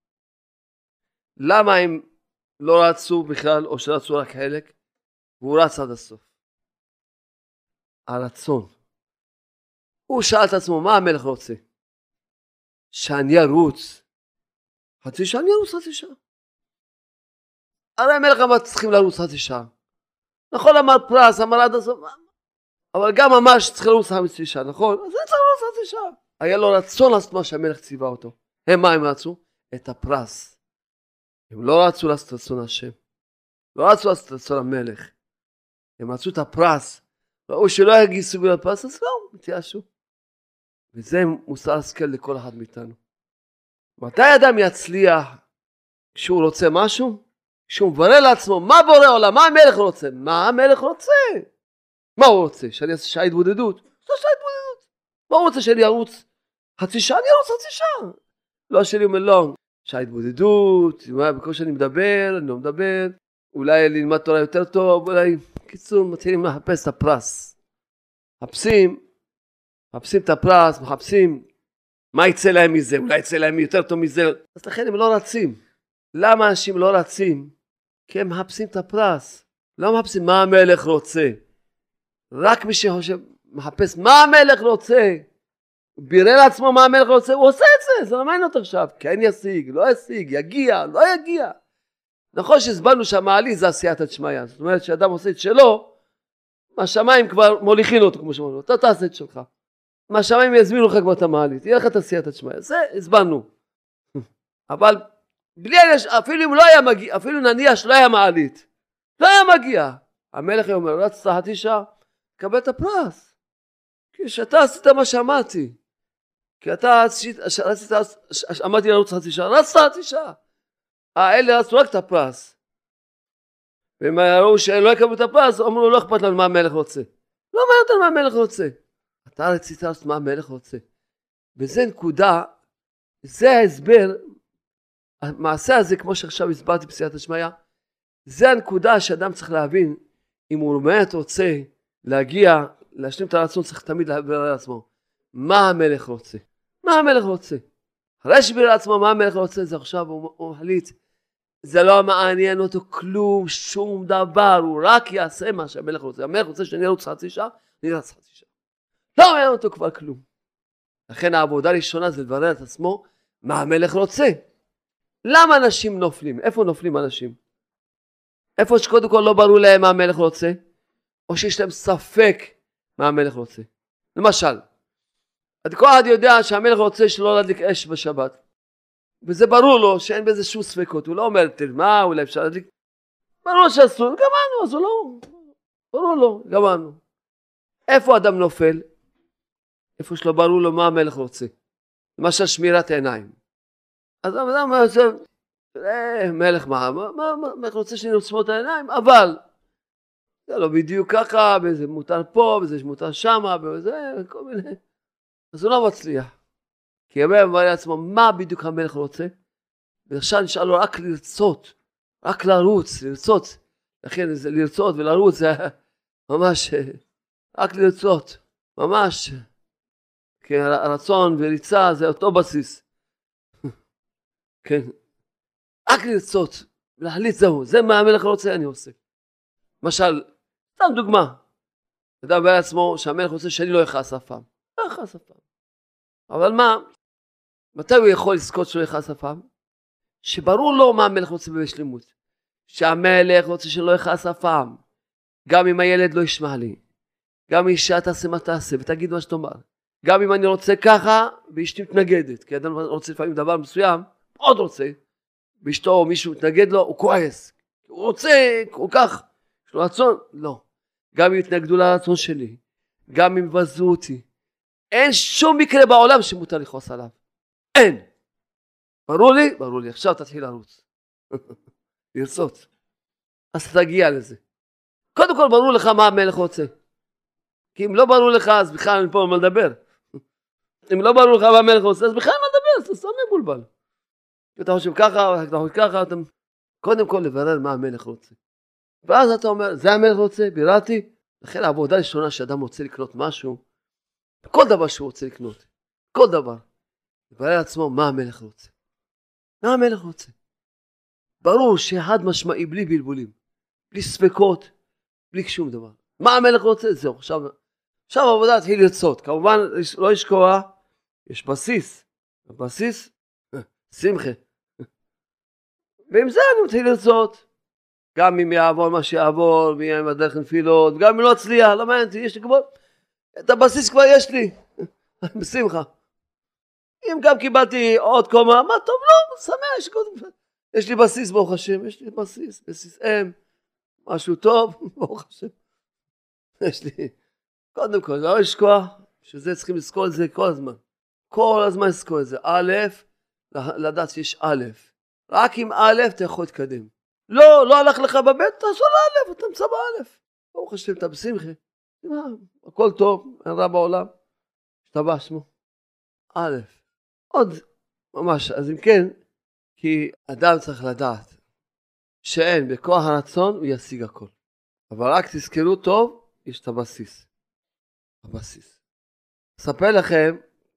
למה הם לא רצו בכלל, או שרצו רק חלק, והוא רץ עד הסוף? הרצון. הוא שאל את עצמו, מה המלך רוצה? שאני ארוץ. חצי שעה, אני ארוץ חצי שעה. הרי המלך אמר, צריכים לרוץ חצי שעה. נכון, אמר פרס, אמר עד הסוף, אבל גם אמר שצריך לרוץ חצי שעה, נכון? אז אני צריך לרוץ חצי שעה. היה לו רצון לעשות מה שהמלך ציווה אותו. מה הם רצו? את הפרס. הם לא רצו לעשות רצון השם. לא רצו לעשות רצון המלך. הם רצו את הפרס. ראו שלא יגיסו בגלל הפרס, אז לא, מתייאשו. וזה מוסר השכל לכל אחד מאיתנו. מתי אדם יצליח כשהוא רוצה משהו? כשהוא מברר לעצמו, מה בורא עולם? מה המלך רוצה? מה המלך רוצה? מה הוא רוצה? שאני אעשה שעה התבודדות? לא שעה התבודדות. מה הוא רוצה? שאני ארוץ חצי שעה? אני ארוץ חצי שעה. לא שלי אומר לא. שעה התבודדות, בכל שאני מדבר, אני לא מדבר. אולי ללמד תורה יותר טוב, אולי... קיצור, מתחילים לחפש את הפרס. מחפשים את הפרס, מחפשים מה יצא להם מזה, אולי יצא להם יותר טוב מזה. אז לכן הם לא רצים. למה אנשים לא רצים? כי הם מחפשים את הפרס. לא מחפשים מה המלך רוצה. רק מי שחושב, מחפש מה המלך רוצה. הוא בירר לעצמו מה המלך רוצה, הוא עושה את זה. זה לא מעניין אותו עכשיו. כן ישיג, לא ישיג, יגיע, לא יגיע. נכון שהסברנו שהמעלית זה עשיית השמיא. זאת אומרת שאדם עושה את שלו, מהשמיים כבר מוליכים אותו, כמו שאומרים לו. אתה תעשה את שלך. מהשמיים יזמינו לך כבר את המעלית. יהיה לך את עשיית השמיא. זה הסברנו. אבל אפילו אם לא היה מגיע, אפילו נניח שלא היה מעלית, לא היה מגיע. המלך אומר, רצת חצי שעה, קבל את הפרס. כי שאתה עשית מה שאמרתי. כי אתה רצית, אמרתי לרוץ חצי שעה, רצת חצי שעה. אלה רצו רק את הפרס. והם ראו שלא יקבלו את הפרס, אמרו לא אכפת לנו מה המלך רוצה. לא מעניין אותנו מה המלך רוצה. אתה רצית לעשות מה המלך רוצה. וזה נקודה, זה ההסבר, המעשה הזה, כמו שעכשיו הסברתי בסייעתא דשמיא, זה הנקודה שאדם צריך להבין, אם הוא באמת רוצה להגיע, להשלים את הרצון, צריך תמיד להסביר לעצמו, מה המלך רוצה. מה המלך רוצה. אחרי שבירר לעצמו מה המלך רוצה, זה עכשיו הוא מחליט, זה לא מעניין אותו כלום, שום דבר, הוא רק יעשה מה שהמלך רוצה. המלך רוצה שאני ארוץ חצי שעה, אני ארוץ חצי שעה. לא מעניין אותו כבר כלום. לכן העבודה הראשונה זה לברר את עצמו, מה המלך רוצה. למה אנשים נופלים? איפה נופלים אנשים? איפה שקודם כל לא ברור להם מה המלך רוצה, או שיש להם ספק מה המלך רוצה. למשל, כל אחד יודע שהמלך רוצה שלא להדליק אש בשבת. וזה ברור לו שאין בזה שום ספקות. הוא לא אומר, מה, אולי אפשר להדליק. ברור שאסור, גמרנו, אז הוא לא. ברור לו, גמרנו. איפה אדם נופל? איפה שלא ברור לו מה המלך רוצה. למשל שמירת העיניים. אז אדם אומר, מלך מלך רוצה שאני עוצמות העיניים, אבל זה לא בדיוק ככה, וזה מותר פה, וזה מותר שמה, וזה כל מיני. אז הוא לא מצליח. כי אומר לעצמו, מה בדיוק המלך רוצה? ועכשיו נשאר לו רק לרצות, רק לרוץ, לרצות. לכן לרצות ולרוץ זה ממש, רק לרצות, ממש. כי הרצון וריצה זה אותו בסיס. כן. רק לרצות, להחליט זהו, זה מה המלך רוצה, אני עושה. למשל, סתם דוגמה. אדם בעל עצמו שהמלך רוצה שאני לא אכעס אף פעם. לא אכעס אף פעם. אבל מה? מתי הוא יכול לזכות שלא יחס אף פעם? שברור לו מה המלך רוצה בשלמות. שהמלך רוצה שלא יחס אף פעם. גם אם הילד לא ישמע לי. גם אישה תעשה מה תעשה ותגיד מה שתאמר. גם אם אני רוצה ככה ואשתי מתנגדת. כי אדם רוצה לפעמים דבר מסוים, עוד רוצה. ואשתו או מישהו מתנגד לו, הוא כועס. הוא רוצה כל כך. יש לו רצון? לא. גם אם יתנגדו לרצון שלי. גם אם יבזו אותי. אין שום מקרה בעולם שמותר לכעוס עליו. אין. ברור לי? ברור לי. עכשיו תתחיל לרוץ. לרצות. אז תגיע לזה. קודם כל ברור לך מה המלך רוצה. כי אם לא ברור לך אז בכלל אני פה מה לדבר. אם לא ברור לך מה המלך רוצה אז בכלל מה לדבר. אז אתה סתם מבולבל. אתה חושב ככה, אתה חושב ככה. קודם כל לברר מה המלך רוצה. ואז אתה אומר, זה המלך רוצה, ביררתי. לכן העבודה הראשונה שאדם רוצה לקנות משהו, כל דבר שהוא רוצה לקנות, כל דבר, לברר לעצמו מה המלך רוצה. מה המלך רוצה? ברור שחד משמעי, בלי בלבולים, בלי ספקות, בלי שום דבר. מה המלך רוצה? זהו, עכשיו העבודה התחיל לרצות. כמובן, לא לשכוח, יש בסיס. הבסיס, שמחה. ועם זה אני מתחיל לרצות. גם אם יעבור מה שיעבור, ויהיה עם הדרך נפילות, וגם אם לא אצליח, לא מעניין אותי, יש לי כבר, את הבסיס כבר יש לי, בשמחה. אם גם קיבלתי עוד קומה, מה טוב, לא, שמח, יש לי בסיס, ברוך השם, יש לי בסיס משהו טוב, ברוך השם. יש לי, קודם כל, לא לשכוח, שזה צריכים לזכור את זה כל הזמן לזכור את זה. א', לדעת שיש א', רק עם א' אתה יכול להתקדם. לא הלך לך בבית, תעשו לאלף, אתה מצא באלף. ברוך השם, אתה בשמחה. הכל טוב, אין רע בעולם. השתבח שמו. א', עוד ממש, אז אם כן, כי אדם צריך לדעת שאין, בכוח הרצון הוא ישיג הכל. אבל רק תזכרו טוב, יש את הבסיס. הבסיס. אספר לכם,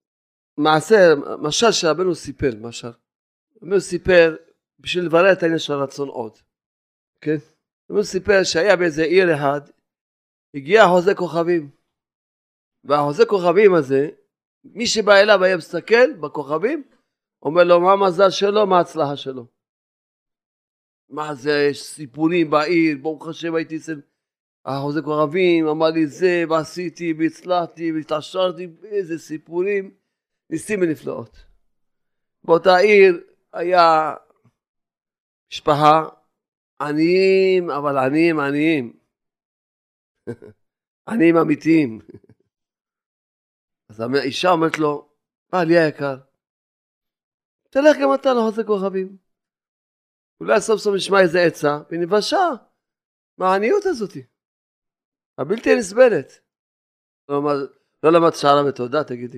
משל שרבנו סיפר, רבנו סיפר, בשביל לברר את העניין של הרצון עוד. כן? הוא סיפר שהיה באיזה עיר אחד, הגיע חוזה כוכבים. והחוזה כוכבים הזה, מי שבא אליו היה מסתכל בכוכבים, אומר לו מה המזל שלו, מה ההצלחה שלו. מה זה, יש סיפורים בעיר, ברוך השם הייתי אצל החוזה כוכבים, אמר לי זה, ועשיתי, והצלחתי, והתעשרתי, איזה סיפורים, ניסים ונפלאות. באותה עיר היה משפחה, עניים, אבל עניים. עניים אמיתיים. אז האישה אומרת לו, בעלי היקר, תלך גם אתה לחוזה כוכבים. אולי סוף סוף נשמע איזה עצה, ונבשה מהעניות הזאת. הבלתי נסבלת. לא למד שערה ותודה, תגידי.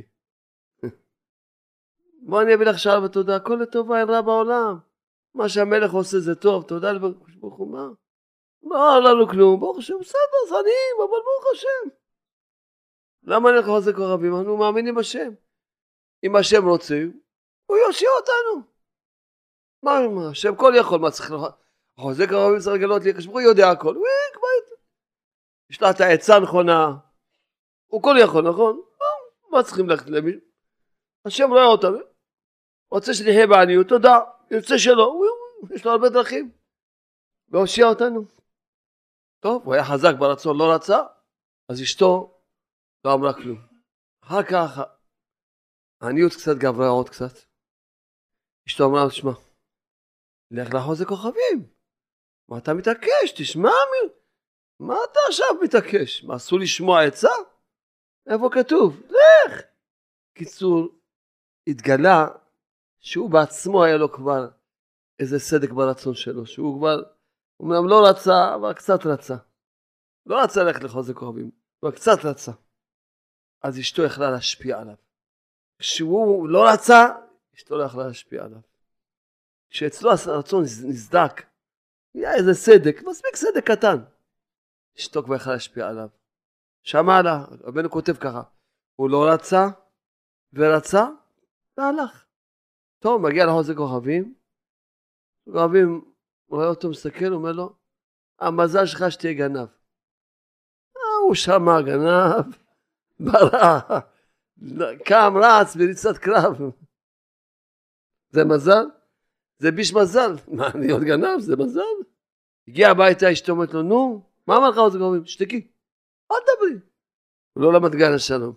בוא אני אביא לך שערה ותודה, הכל לטובה, אין רע בעולם. מה שהמלך עושה זה טוב, תודה לברוך הוא, מה? לא לנו כלום, ברוך השם, בסדר, אז עניים, אבל ברוך השם. למה נלך לחוזה כוכבים? אנחנו מאמינים בשם. אם השם רוצה, הוא יושיע אותנו. מה, השם כל יכול, מה צריך לך? החוזה כוכבים צריך לגלות לי, כשברוך הוא יודע הכל. יש לה את העצה נכונה. הוא כל יכול, נכון? מה צריכים ללכת למישהו? השם רואה אותנו. רוצה שנחיה בעניות, תודה. ירצה שלא, יש לו הרבה דרכים. והושיע אותנו. טוב, הוא היה חזק ברצון, לא רצה, אז אשתו לא אמרה כלום. אחר כך, העניות קצת גברה עוד קצת. אשתו אמרה, תשמע, לך לחוזה כוכבים. מה אתה מתעקש? תשמע, מה אתה עכשיו מתעקש? מה, אסור לשמוע עצה? איפה כתוב? לך. קיצור, התגלה שהוא בעצמו היה לו כבר איזה סדק ברצון שלו, שהוא כבר, אומנם לא רצה, אבל קצת רצה. לא רצה ללכת לחוזה כוכבים, אבל קצת רצה. אז אשתו יכלה להשפיע עליו. כשהוא לא רצה, אשתו לא יכלה להשפיע עליו. כשאצלו הרצון נסדק, היה איזה סדק, מספיק סדק קטן. אשתו כבר יכלה להשפיע עליו. שמע לה, רבנו כותב ככה, הוא לא רצה ורצה והלך. טוב, מגיע לחוזק כוכבים, כוכבים, הוא רואה אותו מסתכל, אומר לו, המזל שלך שתהיה גנב. הוא שמע גנב, ברח, קם רץ בריצת קרב. זה מזל? זה ביש מזל. מה, להיות גנב? זה מזל? הגיע הביתה, אשתו אומרת לו, נו, מה אמר לך חוזק כוכבים? שתקי, אל תדברי. הוא לא למד גן השלום.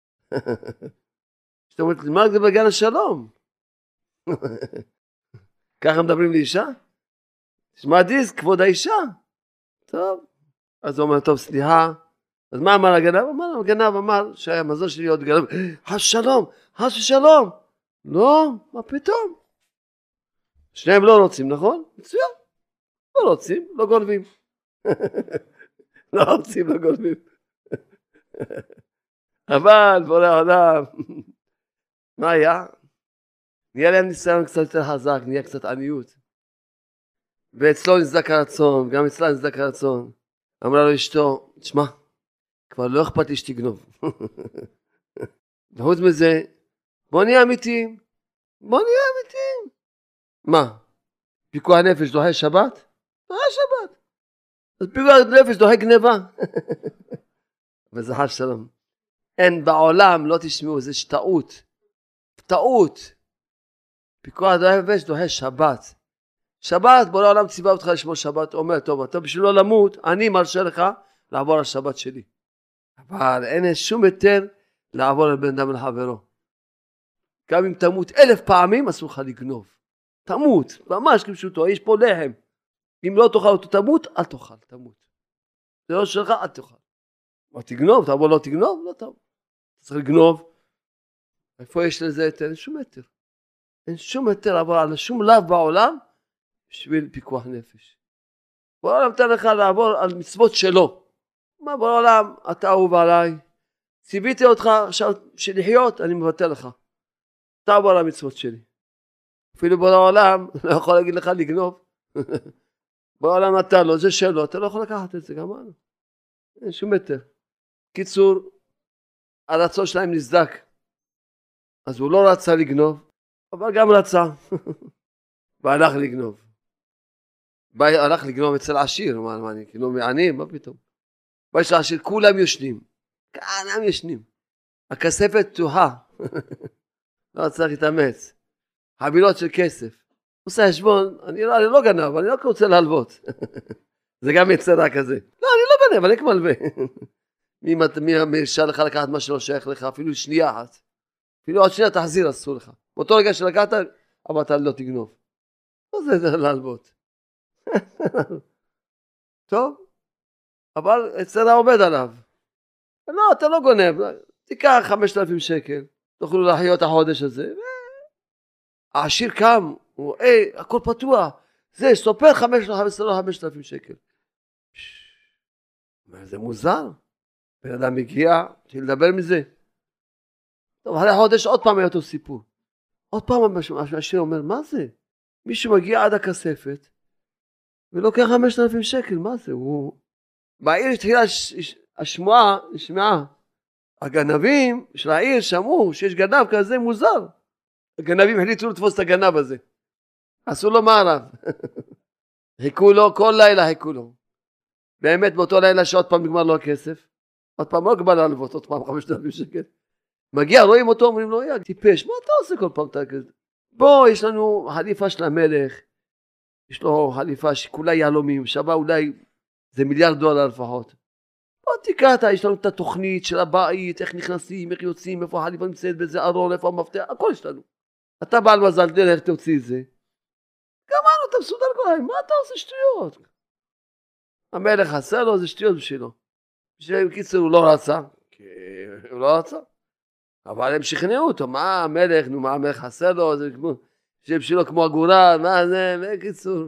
אשתו אומרת, מה זה בגן השלום? ככה מדברים לאישה? תשמע דיסק, כבוד האישה. טוב. אז הוא אומר, טוב, סליחה. אז מה אמר הגנב? הגנב אמר שהיה מזל שלי להיות גנב. חס שלום, חס ושלום. לא, מה פתאום? שניהם לא רוצים, נכון? מצוין. לא רוצים, לא גונבים. לא רוצים, לא גונבים. אבל בורא העולם, מה היה? נהיה להם ניסיון קצת יותר חזק, נהיה קצת עניות. ואצלו נסדק הרצון, גם אצלה נסדק הרצון. אמרה לו אשתו, תשמע, כבר לא אכפת לי שתגנוב. וחוץ מזה, בוא נהיה אמיתיים. בוא נהיה אמיתיים. מה? פיקוח נפש דוחה שבת? דוחה שבת. אז פיקוח נפש דוחה גנבה. וזה חס שלום. אין בעולם, לא תשמעו, זה טעות. טעות. פיקוח נפש דוחה שבת. שבת, בורא העולם ציווה אותך לשמור שבת, אומר, טוב, אתה בשביל לא למות, אני מרשה לך לעבור על שבת שלי. אבל אין שום היתר לעבור על בן אדם לחברו. גם אם תמות 1000 פעמים, אסור לך לגנוב. תמות, ממש כפשוטו, יש פה לחם. אם לא תאכל אותו תמות, אל תאכל, תמות. זה לא שלך, אל תאכל. מה תגנוב, תבוא לא תגנוב, לא תבוא. צריך לגנוב. איפה יש לזה היתר? אין שום היתר. אין שום היתר לעבור על שום לאו בעולם, בשביל פיקוח נפש. בורא העולם נתן לך לעבור על מצוות שלו. מה בורא העולם, אתה אהוב עליי, ציוויתי אותך עכשיו שלחיות, אני מבטל לך. תעבור על המצוות שלי. אפילו בורא העולם לא יכול להגיד לך לגנוב. בורא העולם נתן לו, זה שלו, אתה לא יכול לקחת את זה, גם אני. אין שום היתר. קיצור, הרצון שלהם נסדק. אז הוא לא רצה לגנוב, אבל גם רצה. והלך לגנוב. הלך לגנוב אצל עשיר, מה אני, כאילו מעני, מה פתאום? ויש לעשיר, כולם יושנים. כולם יושנים. הכספת תוהה. לא צריך להתאמץ. חבילות של כסף. עושה חשבון, אני לא גנב, אני לא רוצה להלוות. זה גם יצרה כזה. לא, אני לא גנב, אני כמלווה. מי מרשה לך לקחת מה שלא שייך לך, אפילו שנייה אחת. אפילו עוד שנייה תחזיר, אסור לך. באותו רגע שלקחת, אבל אתה לא תגנוב. לא זה להלוות. טוב, אבל אצלנו עובד עליו. לא, אתה לא גונב, תיקח 5,000 שקל, תוכלו לחיות החודש הזה. העשיר קם, הוא, הכל פתוח, זה, סופר 5,000 שקל. זה מוזר. בן אדם מגיע, התחיל לדבר מזה. טוב, אחרי חודש עוד פעם היה אותו סיפור. עוד פעם העשיר אומר, מה זה? מישהו מגיע עד הכספת, ולוקח 5,000 שקל, מה זה? הוא... בעיר התחילה השמועה, נשמעה. הגנבים של העיר שמעו שיש גנב כזה מוזר. הגנבים החליטו לתפוס את הגנב הזה. עשו לו מערב. חיכו לו, כל לילה חיכו לו. באמת באותו לילה שעוד פעם נגמר לו הכסף. עוד פעם לא גבל להלוות, עוד פעם 5,000 שקל. מגיע, רואים אותו, אומרים לו, יא טיפש, מה אתה עושה כל פעם? בוא, יש לנו חליפה של המלך. יש לו חליפה שכולה יהלומים, שווה אולי זה $1 מיליארד לפחות. בוא תיקח, יש לנו את התוכנית של הבית, איך נכנסים, איך יוצאים, איפה החליפה נמצאת, באיזה ארון, איפה המפתח, הכל יש לנו. אתה בעל מזל, דרך תוציא את זה. גמרנו, אתה מסודר כל היום, מה אתה עושה שטויות? המלך חסר לו, זה שטויות בשבילו. בשביל קיצור הוא לא רצה, כי הוא לא רצה. אבל הם שכנעו אותו, מה המלך, נו מה המלך חסר לו, זה בשבילו כמו הגורל, מה זה, קיצור.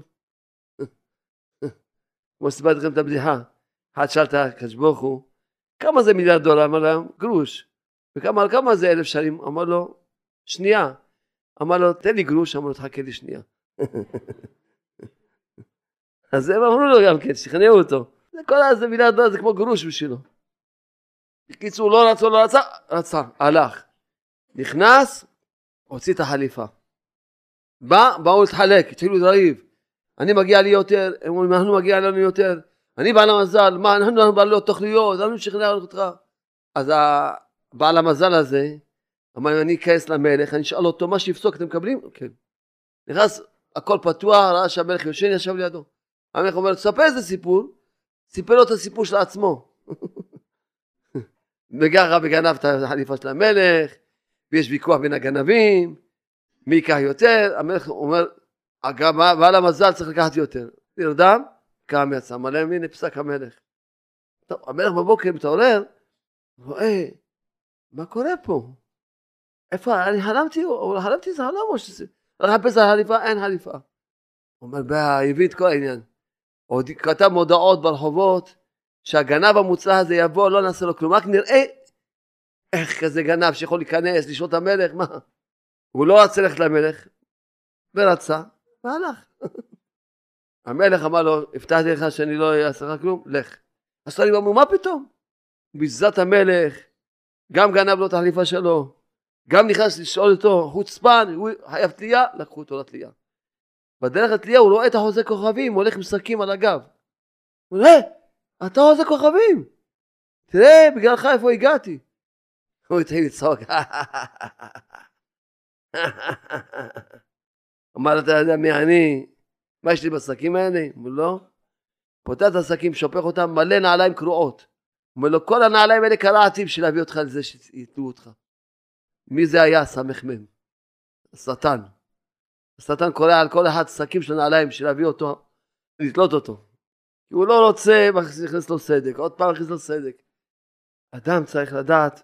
כמו שסיפרתי לכם את הבדיחה, אחד שאל את הקדוש ברוך הוא, כמה זה $1 מיליארד? אמר לו, גרוש. וכמה זה 1,000 שקלים? אמר לו, שנייה. אמר לו, תן לי גרוש, אמר לו, תחכה לי שנייה. אז הם אמרו לו גם כן, שכנעו אותו. כל הזה מילה דעת זה כמו גרוש בשבילו. בקיצור, לא רצה, רצה, הלך. נכנס, הוציא את החליפה. באו להתחלק, התחילו לריב. אני מגיע לי יותר, הם אומרים, אנחנו מגיע לנו יותר. אני בעל המזל, מה, אנחנו בעלי תוכניות, אנחנו שכנע אותך. אז בעל המזל הזה, אמר, אני אכנס למלך, אני אשאל אותו, מה שיפסוק, אתם מקבלים? כן. נכנס, הכל פתוח, ראה שהמלך יושן, ישב לידו. המלך אומר, תספר איזה סיפור, סיפר לו את הסיפור של עצמו. וככה בגנב את החליפה של המלך, ויש ויכוח בין הגנבים, מי ייקח יותר, המלך אומר, בעל המזל צריך לקחת יותר. נרדם, קם יצא, מלא הנה פסק המלך. טוב, המלך בבוקר מתעורר, רואה, מה קורה פה? איפה, אני חלמתי איזה חלום או שזה? אני חפש על חליפה, אין חליפה. הוא אומר, הביא את כל העניין. עוד כתב מודעות ברחובות, שהגנב המוצלח הזה יבוא, לא נעשה לו כלום, רק נראה איך כזה גנב שיכול להיכנס, לשאול את המלך, מה? הוא לא רצה ללכת למלך, ורצה, והלך. המלך אמר לו, הבטחתי לך שאני לא אעשה לך כלום, לך. אז אני אמרו, מה פתאום? ביזת המלך, גם גנב לו את החליפה שלו, גם נכנס לשאול אותו, חוצפן, הוא חייב תלייה, לקחו אותו לתלייה. בדרך לתלייה הוא רואה את החוזה כוכבים, הוא הולך עם שקים על הגב. הוא אומר, אתה חוזה כוכבים, תראה בגללך איפה הגעתי. הוא התחיל לצחוק. אמר, אתה יודע מי אני? מה יש לי בשקים האלה? הוא לא. פותח את השקים, שופך אותם, מלא נעליים קרועות. הוא אומר לו, כל הנעליים האלה קרעתי בשביל להביא אותך לזה שיתלו אותך. מי זה היה? סמ"ם. השטן. השטן קורא על כל אחד שקים של נעליים בשביל להביא אותו, לתלות אותו. כי הוא לא רוצה, מכניס לו סדק. עוד פעם מכניס לו סדק. אדם צריך לדעת,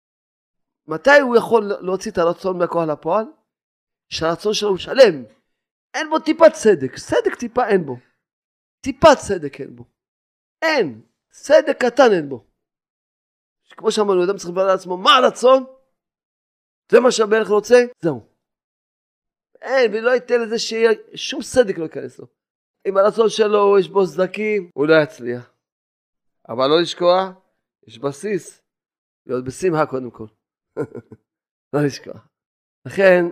מתי הוא יכול להוציא את הרצון מהכוח לפועל? שהרצון שלו הוא שלם. אין בו טיפת צדק. צדק טיפה אין בו. טיפת צדק אין בו. אין. צדק קטן אין בו. כמו שאמרנו, אדם צריך לברר לעצמו, מה הרצון? זה מה שהמלך רוצה? זהו. אין, ולא ייתן לזה שיהיה, שום צדק לא ייכנס לו. אם הרצון שלו יש בו סדקים, הוא לא יצליח. אבל לא לשכוח, יש בסיס. להיות בשמחה קודם כל. לא לשכוח. לכן,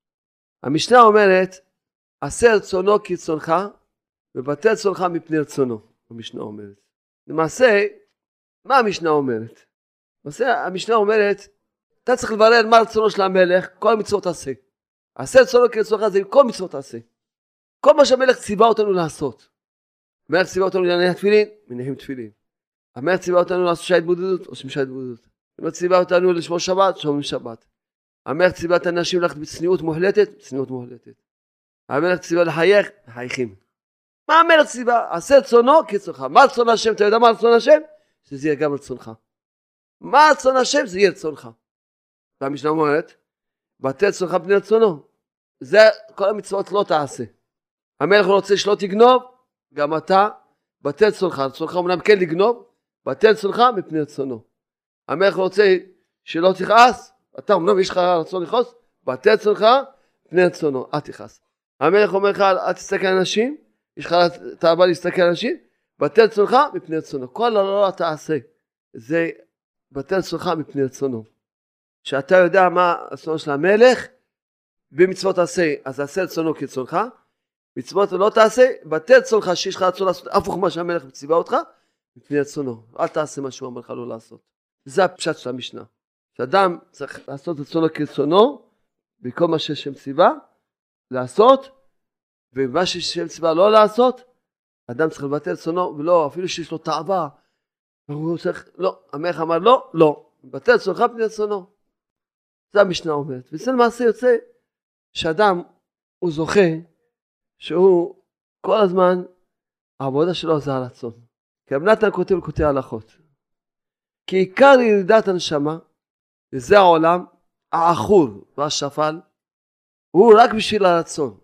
המשנה אומרת, עשה רצונו כרצונך, ובטל רצונך מפני רצונו. המשנה אומרת. למעשה, מה המשנה אומרת? למעשה, המשנה אומרת, אתה צריך לברר מה רצונו של המלך, כל המצוות תעשה. עשה רצונו כרצונך זה כל מצוות תעשה. כל מה שהמלך ציווה אותנו לעשות. המלך ציווה אותנו להניח תפילין, מניחים תפילין. המלך ציווה אותנו לעשות שעה התבודדות, עושים שעה התבודדות. המלך ציווה אותנו לשמור שבת, שומרים שבת. המלך ציווה את האנשים ללכת בצניעות מוחלטת, צניעות מוחלטת. המלך ציווה לחייך, חייכים. מה המלך ציווה? עשה רצונו כרצונך. מה רצון השם? אתה יודע מה רצון השם? שזה יהיה גם רצונך. מה רצון השם? זה יהיה רצונך. והמשנה אומרת, בטל רצונך פני רצונו. זה כל המצוות לא תעשה. המלך רוצה שלא תגנוב, גם אתה בטל רצונך. רצונך אומנם כן לגנוב, בטל רצונך מפני רצונו. המלך רוצה שלא תכעס, אתה אומנם יש לך רצון לכעוס, בטל רצונך מפני רצונו, אל תכעס. המלך אומר לך, אל תסתכל על אנשים, יש לך תאווה להסתכל על אנשים, בטל רצונך מפני רצונו. כל הלא תעשה, זה בטל רצונך מפני רצונו. שאתה יודע מה רצונו של המלך, במצוות תעשה, אז תעשה רצונו כרצונך, מצוות לא תעשה, בטל רצונך שיש לך רצון לעשות הפוך מה שהמלך ציווה אותך, מפני רצונו. אל תעשה מה שהוא אמר לך לא לעשות. זה הפשט של המשנה. שאדם צריך לעשות רצונו כרצונו, בכל מה שהשם ציווה, לעשות, ומה שהשם ציווה לא לעשות, אדם צריך לבטל רצונו, ולא, אפילו שיש לו תאווה, הוא צריך, לא, המלך אמר לא, לא, בטל רצונך מפני רצונו. זה המשנה אומרת. וזה למעשה יוצא שאדם הוא זוכה שהוא כל הזמן העבודה שלו זה הרצון. כי רב נתן כותב לקוטעי הלכות. כי עיקר ירידת הנשמה, וזה העולם, העכור והשפל, הוא רק בשביל הרצון.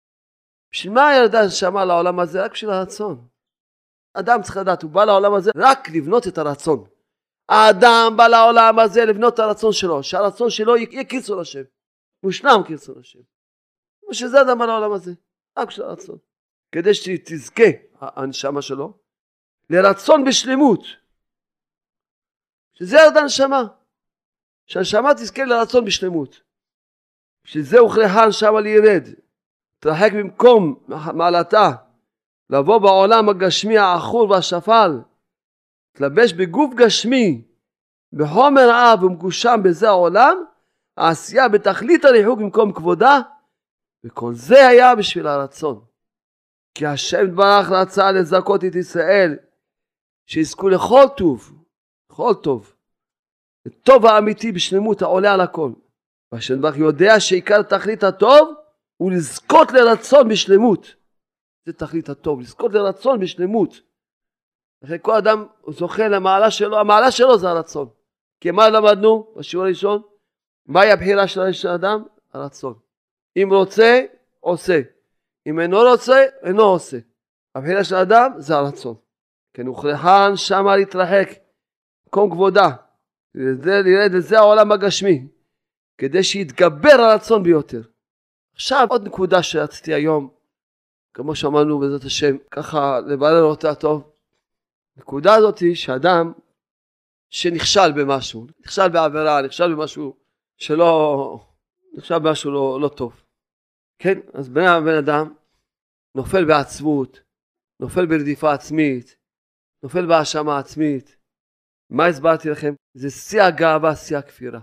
בשביל מה ירדה הנשמה לעולם הזה? רק בשביל הרצון. אדם צריך לדעת, הוא בא לעולם הזה רק לבנות את הרצון. האדם בא לעולם הזה לבנות את הרצון שלו, שהרצון שלו יהיה כרצון השם. מושלם כרצון השם. ושזה אדם בא לעולם הזה. רק בשביל הרצון. כדי שתזכה הנשמה שלו לרצון בשלמות. שזה ירד הנשמה. שהנשמה תזכה לרצון בשלמות. שזה הוכרחה הנשמה לירד. תרחק במקום מעלתה. לבוא בעולם הגשמי העכור והשפל. תלבש בגוף גשמי. בחומר רעב ומגושם בזה העולם. העשייה בתכלית הריחוק במקום כבודה. וכל זה היה בשביל הרצון. כי השם יתברך רצה לזכות את ישראל. שיזכו לכל טוב. לכל טוב. הטוב האמיתי בשלמות העולה על הכל. והשם יתברך יודע שעיקר תכלית הטוב הוא לזכות לרצון בשלמות. זה תכלית הטוב, לזכות לרצון בשלמות. אחרי כל אדם הוא זוכה למעלה שלו, המעלה שלו זה הרצון. כי מה למדנו בשיעור הראשון? מהי הבחירה של האדם? הרצון. אם רוצה, עושה. אם אינו רוצה, אינו עושה. הבחירה של האדם זה הרצון. כן, הוכרחה שמה להתרחק. מקום כבודה. לרד לזה העולם הגשמי. כדי שיתגבר הרצון ביותר. עכשיו עוד נקודה שרציתי היום. כמו שאמרנו בעזרת השם, ככה לברר אותה טוב. נקודה הזאת היא שאדם שנכשל במשהו. נכשל בעבירה, נכשל במשהו שלא... נכשל במשהו לא טוב. כן, אז בן אדם נופל בעצמות, נופל ברדיפה עצמית, נופל בהאשמה עצמית. מה הסברתי לכם? זה שיא הגאווה, שיא הכפירה.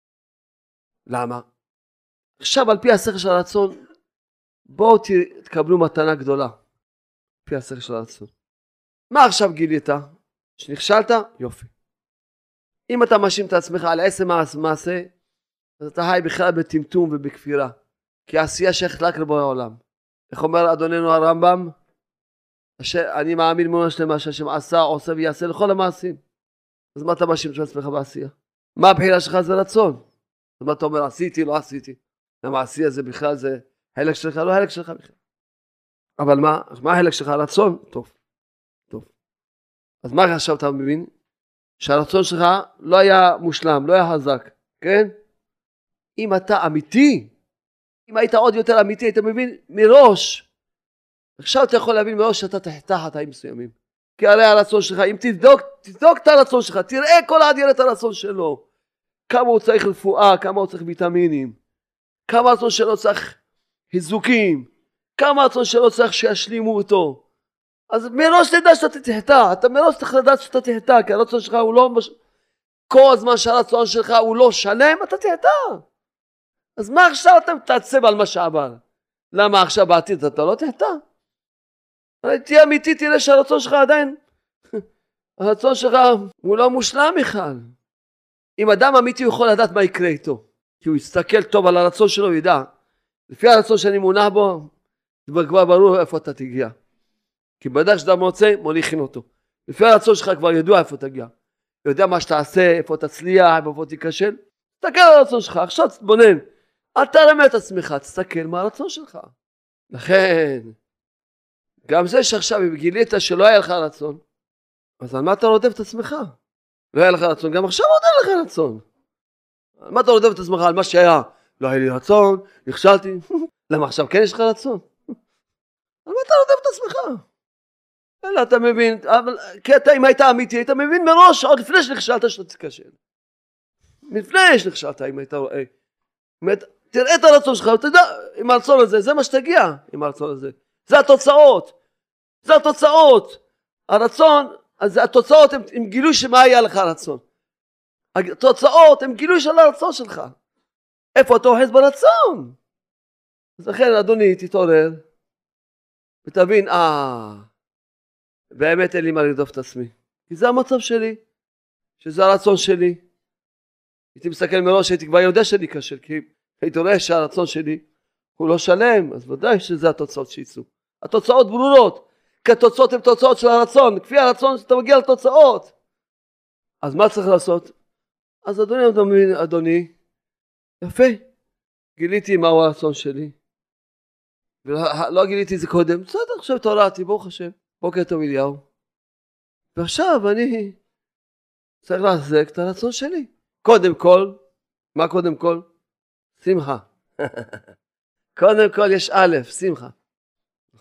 למה? עכשיו על פי השכל של הרצון, בואו תקבלו מתנה גדולה. על פי השכל של הרצון. מה עכשיו גילית? שנכשלת? יופי. אם אתה מאשים את עצמך על עצם מעשה, אז אתה חי בכלל בטמטום ובכפירה. כי העשייה שייכת רק לבורא העולם. איך אומר אדוננו הרמב"ם? אני מאמין באמונה שלמה שהשם עשה, עושה ויעשה לכל המעשים. אז מה אתה מאשים את עצמך בעשייה? מה הבחירה שלך? זה רצון. אז מה אתה אומר? עשיתי, לא עשיתי. למה העשייה זה בכלל זה חלק שלך, לא חלק שלך בכלל. אבל מה החלק שלך? רצון? טוב. טוב. אז מה עכשיו אתה מבין? שהרצון שלך לא היה מושלם, לא היה חזק. כן? אם אתה אמיתי, אם היית עוד יותר אמיתי, היית מבין מראש. עכשיו אתה יכול להבין מראש שאתה תחתך חטאים מסוימים. כי הרי הרצון שלך, אם תבדוק את הרצון שלך, תראה כל אחד יראה את הרצון שלו. כמה הוא צריך רפואה, כמה הוא צריך ויטמינים, כמה הרצון שלו צריך חיזוקים, כמה הרצון שלו צריך שישלימו אותו. אז מראש תדע שאתה תחתך, אתה מראש צריך לדעת שאתה תחתך, כי הרצון שלך הוא לא... כל הזמן שהרצון שלך הוא לא שלם, אתה תחתך. אז מה עכשיו אתה מתעצב על מה שעבר? למה עכשיו בעתיד אתה לא תחתך? תהיה אמיתי, תראה שהרצון שלך עדיין, הרצון שלך הוא לא מושלם בכלל. אם אדם אמיתי הוא יכול לדעת מה יקרה איתו. כי הוא יסתכל טוב על הרצון שלו, הוא ידע. לפי הרצון שאני מונח בו, זה כבר ברור איפה אתה תגיע. כי בדרך שאתה מוצא, מוליכים אותו. לפי הרצון שלך כבר ידוע איפה תגיע. יודע מה שתעשה, איפה תצליח, איפה תיכשל. תסתכל על הרצון שלך, עכשיו תתבונן. אל תרמה את עצמך, תסתכל מה הרצון שלך. לכן, גם זה שעכשיו אם גילית שלא היה לך רצון, אז על מה אתה רודף את עצמך? לא היה לך רצון, גם עכשיו עוד אין לך רצון. על מה אתה רודף את עצמך? על מה שהיה, לא היה לי רצון, נכשלתי. למה עכשיו כן יש לך רצון? על מה אתה רודף את עצמך? אלא אתה מבין, אבל כי אתה אם היית אמיתי, היית מבין מראש, עוד לפני שנכשלת שאתה תתקשל. לפני שנכשלת אם היית רואה. תראה את הרצון שלך, ותדע, עם הרצון הזה, זה מה שתגיע עם הרצון הזה. זה התוצאות. זה התוצאות. הרצון, אז התוצאות הם גילוי שמה היה לך הרצון. התוצאות הם גילוי של הרצון שלך. איפה אתה אוחז ברצון? אז לכן אדוני תתעורר ותבין, באמת אין לי מה לרדוף את עצמי. כי זה המצב שלי, שזה הרצון שלי. הייתי מסתכל מראש, הייתי כבר יודע שאני קשה, כי הייתי רואה שהרצון שלי הוא לא שלם, אז ודאי שזה התוצאות שיצאו. התוצאות ברורות, כי התוצאות הן תוצאות של הרצון, כפי הרצון שאתה מגיע לתוצאות. אז מה צריך לעשות? אז אדוני, יפה, גיליתי מהו הרצון שלי, ולא גיליתי זה קודם, בסדר, עכשיו תורעתי, ברוך השם, בוקר טוב אליהו, ועכשיו אני צריך להחזק את הרצון שלי. קודם כל, מה קודם כל? שמחה. קודם כל יש א', שמחה.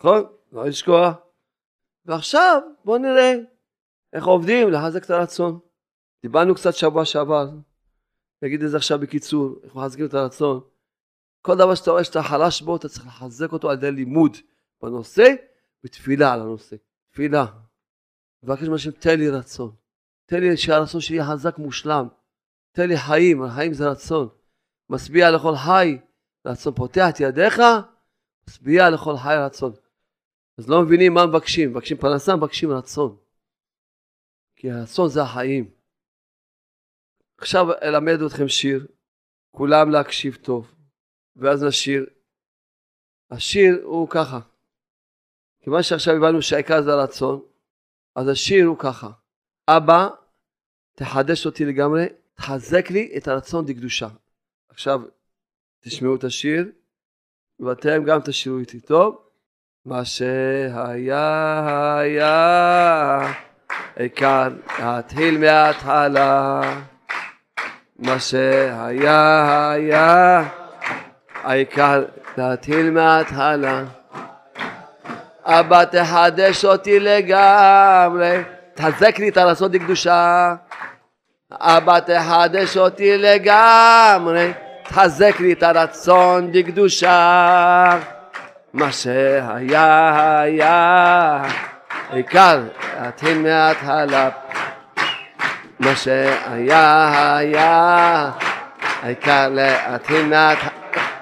נכון? לא לשכוח. ועכשיו בואו נראה איך עובדים לחזק את הרצון. דיברנו קצת שבוע שעבר, נגיד את זה עכשיו בקיצור, איך מחזקים את הרצון. כל דבר שאתה רואה שאתה חלש בו, אתה צריך לחזק אותו על ידי לימוד בנושא, ותפילה על הנושא. תפילה. מבקש מהשם, תן לי רצון. תן לי שהרצון שלי יהיה חזק מושלם. תן לי חיים, החיים זה רצון. משביע לכל חי רצון. פותח את ידיך, משביע לכל חי רצון. אז לא מבינים מה מבקשים. מבקשים פרנסה, מבקשים רצון. כי הרצון זה החיים. עכשיו אלמד אתכם שיר. כולם להקשיב טוב. ואז נשיר. השיר הוא ככה. כיוון שעכשיו הבנו שהעיקר זה הרצון, אז השיר הוא ככה. אבא, תחדש אותי לגמרי, תחזק לי את הרצון דקדושה. עכשיו תשמעו את השיר, ואתם גם תשירו איתי, טוב? מה שהיה היה, העיקר להתחיל מההתחלה. מה שהיה היה, העיקר להתחיל מההתחלה. אבא תחדש אותי לגמרי, תחזק לי את הרצון דקדושה. אבא תחדש אותי לגמרי, תחזק לי את הרצון דקדושה. מה שהיה היה, העיקר להתחיל מההתחלה. מה שהיה היה, העיקר להתחיל מההתחלה.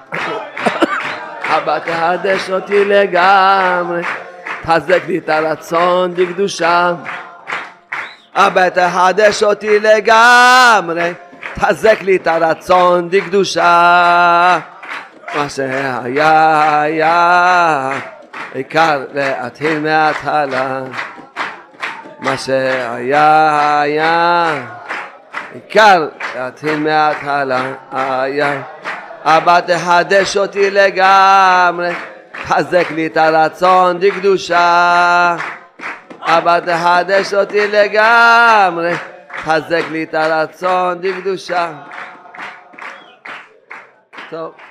אבא תחדש אותי לגמרי, תחזק לי את הרצון דקדושה. אבא תחדש אותי לגמרי, תחזק לי את הרצון דקדושה. מה שהיה היה, העיקר להתחיל מההתחלה. מה שהיה היה, העיקר להתחיל מההתחלה. אבא תחדש אותי לגמרי, תחזק לי את הרצון דקדושה. אבא תחדש אותי לגמרי, תחזק לי את הרצון דקדושה. טוב.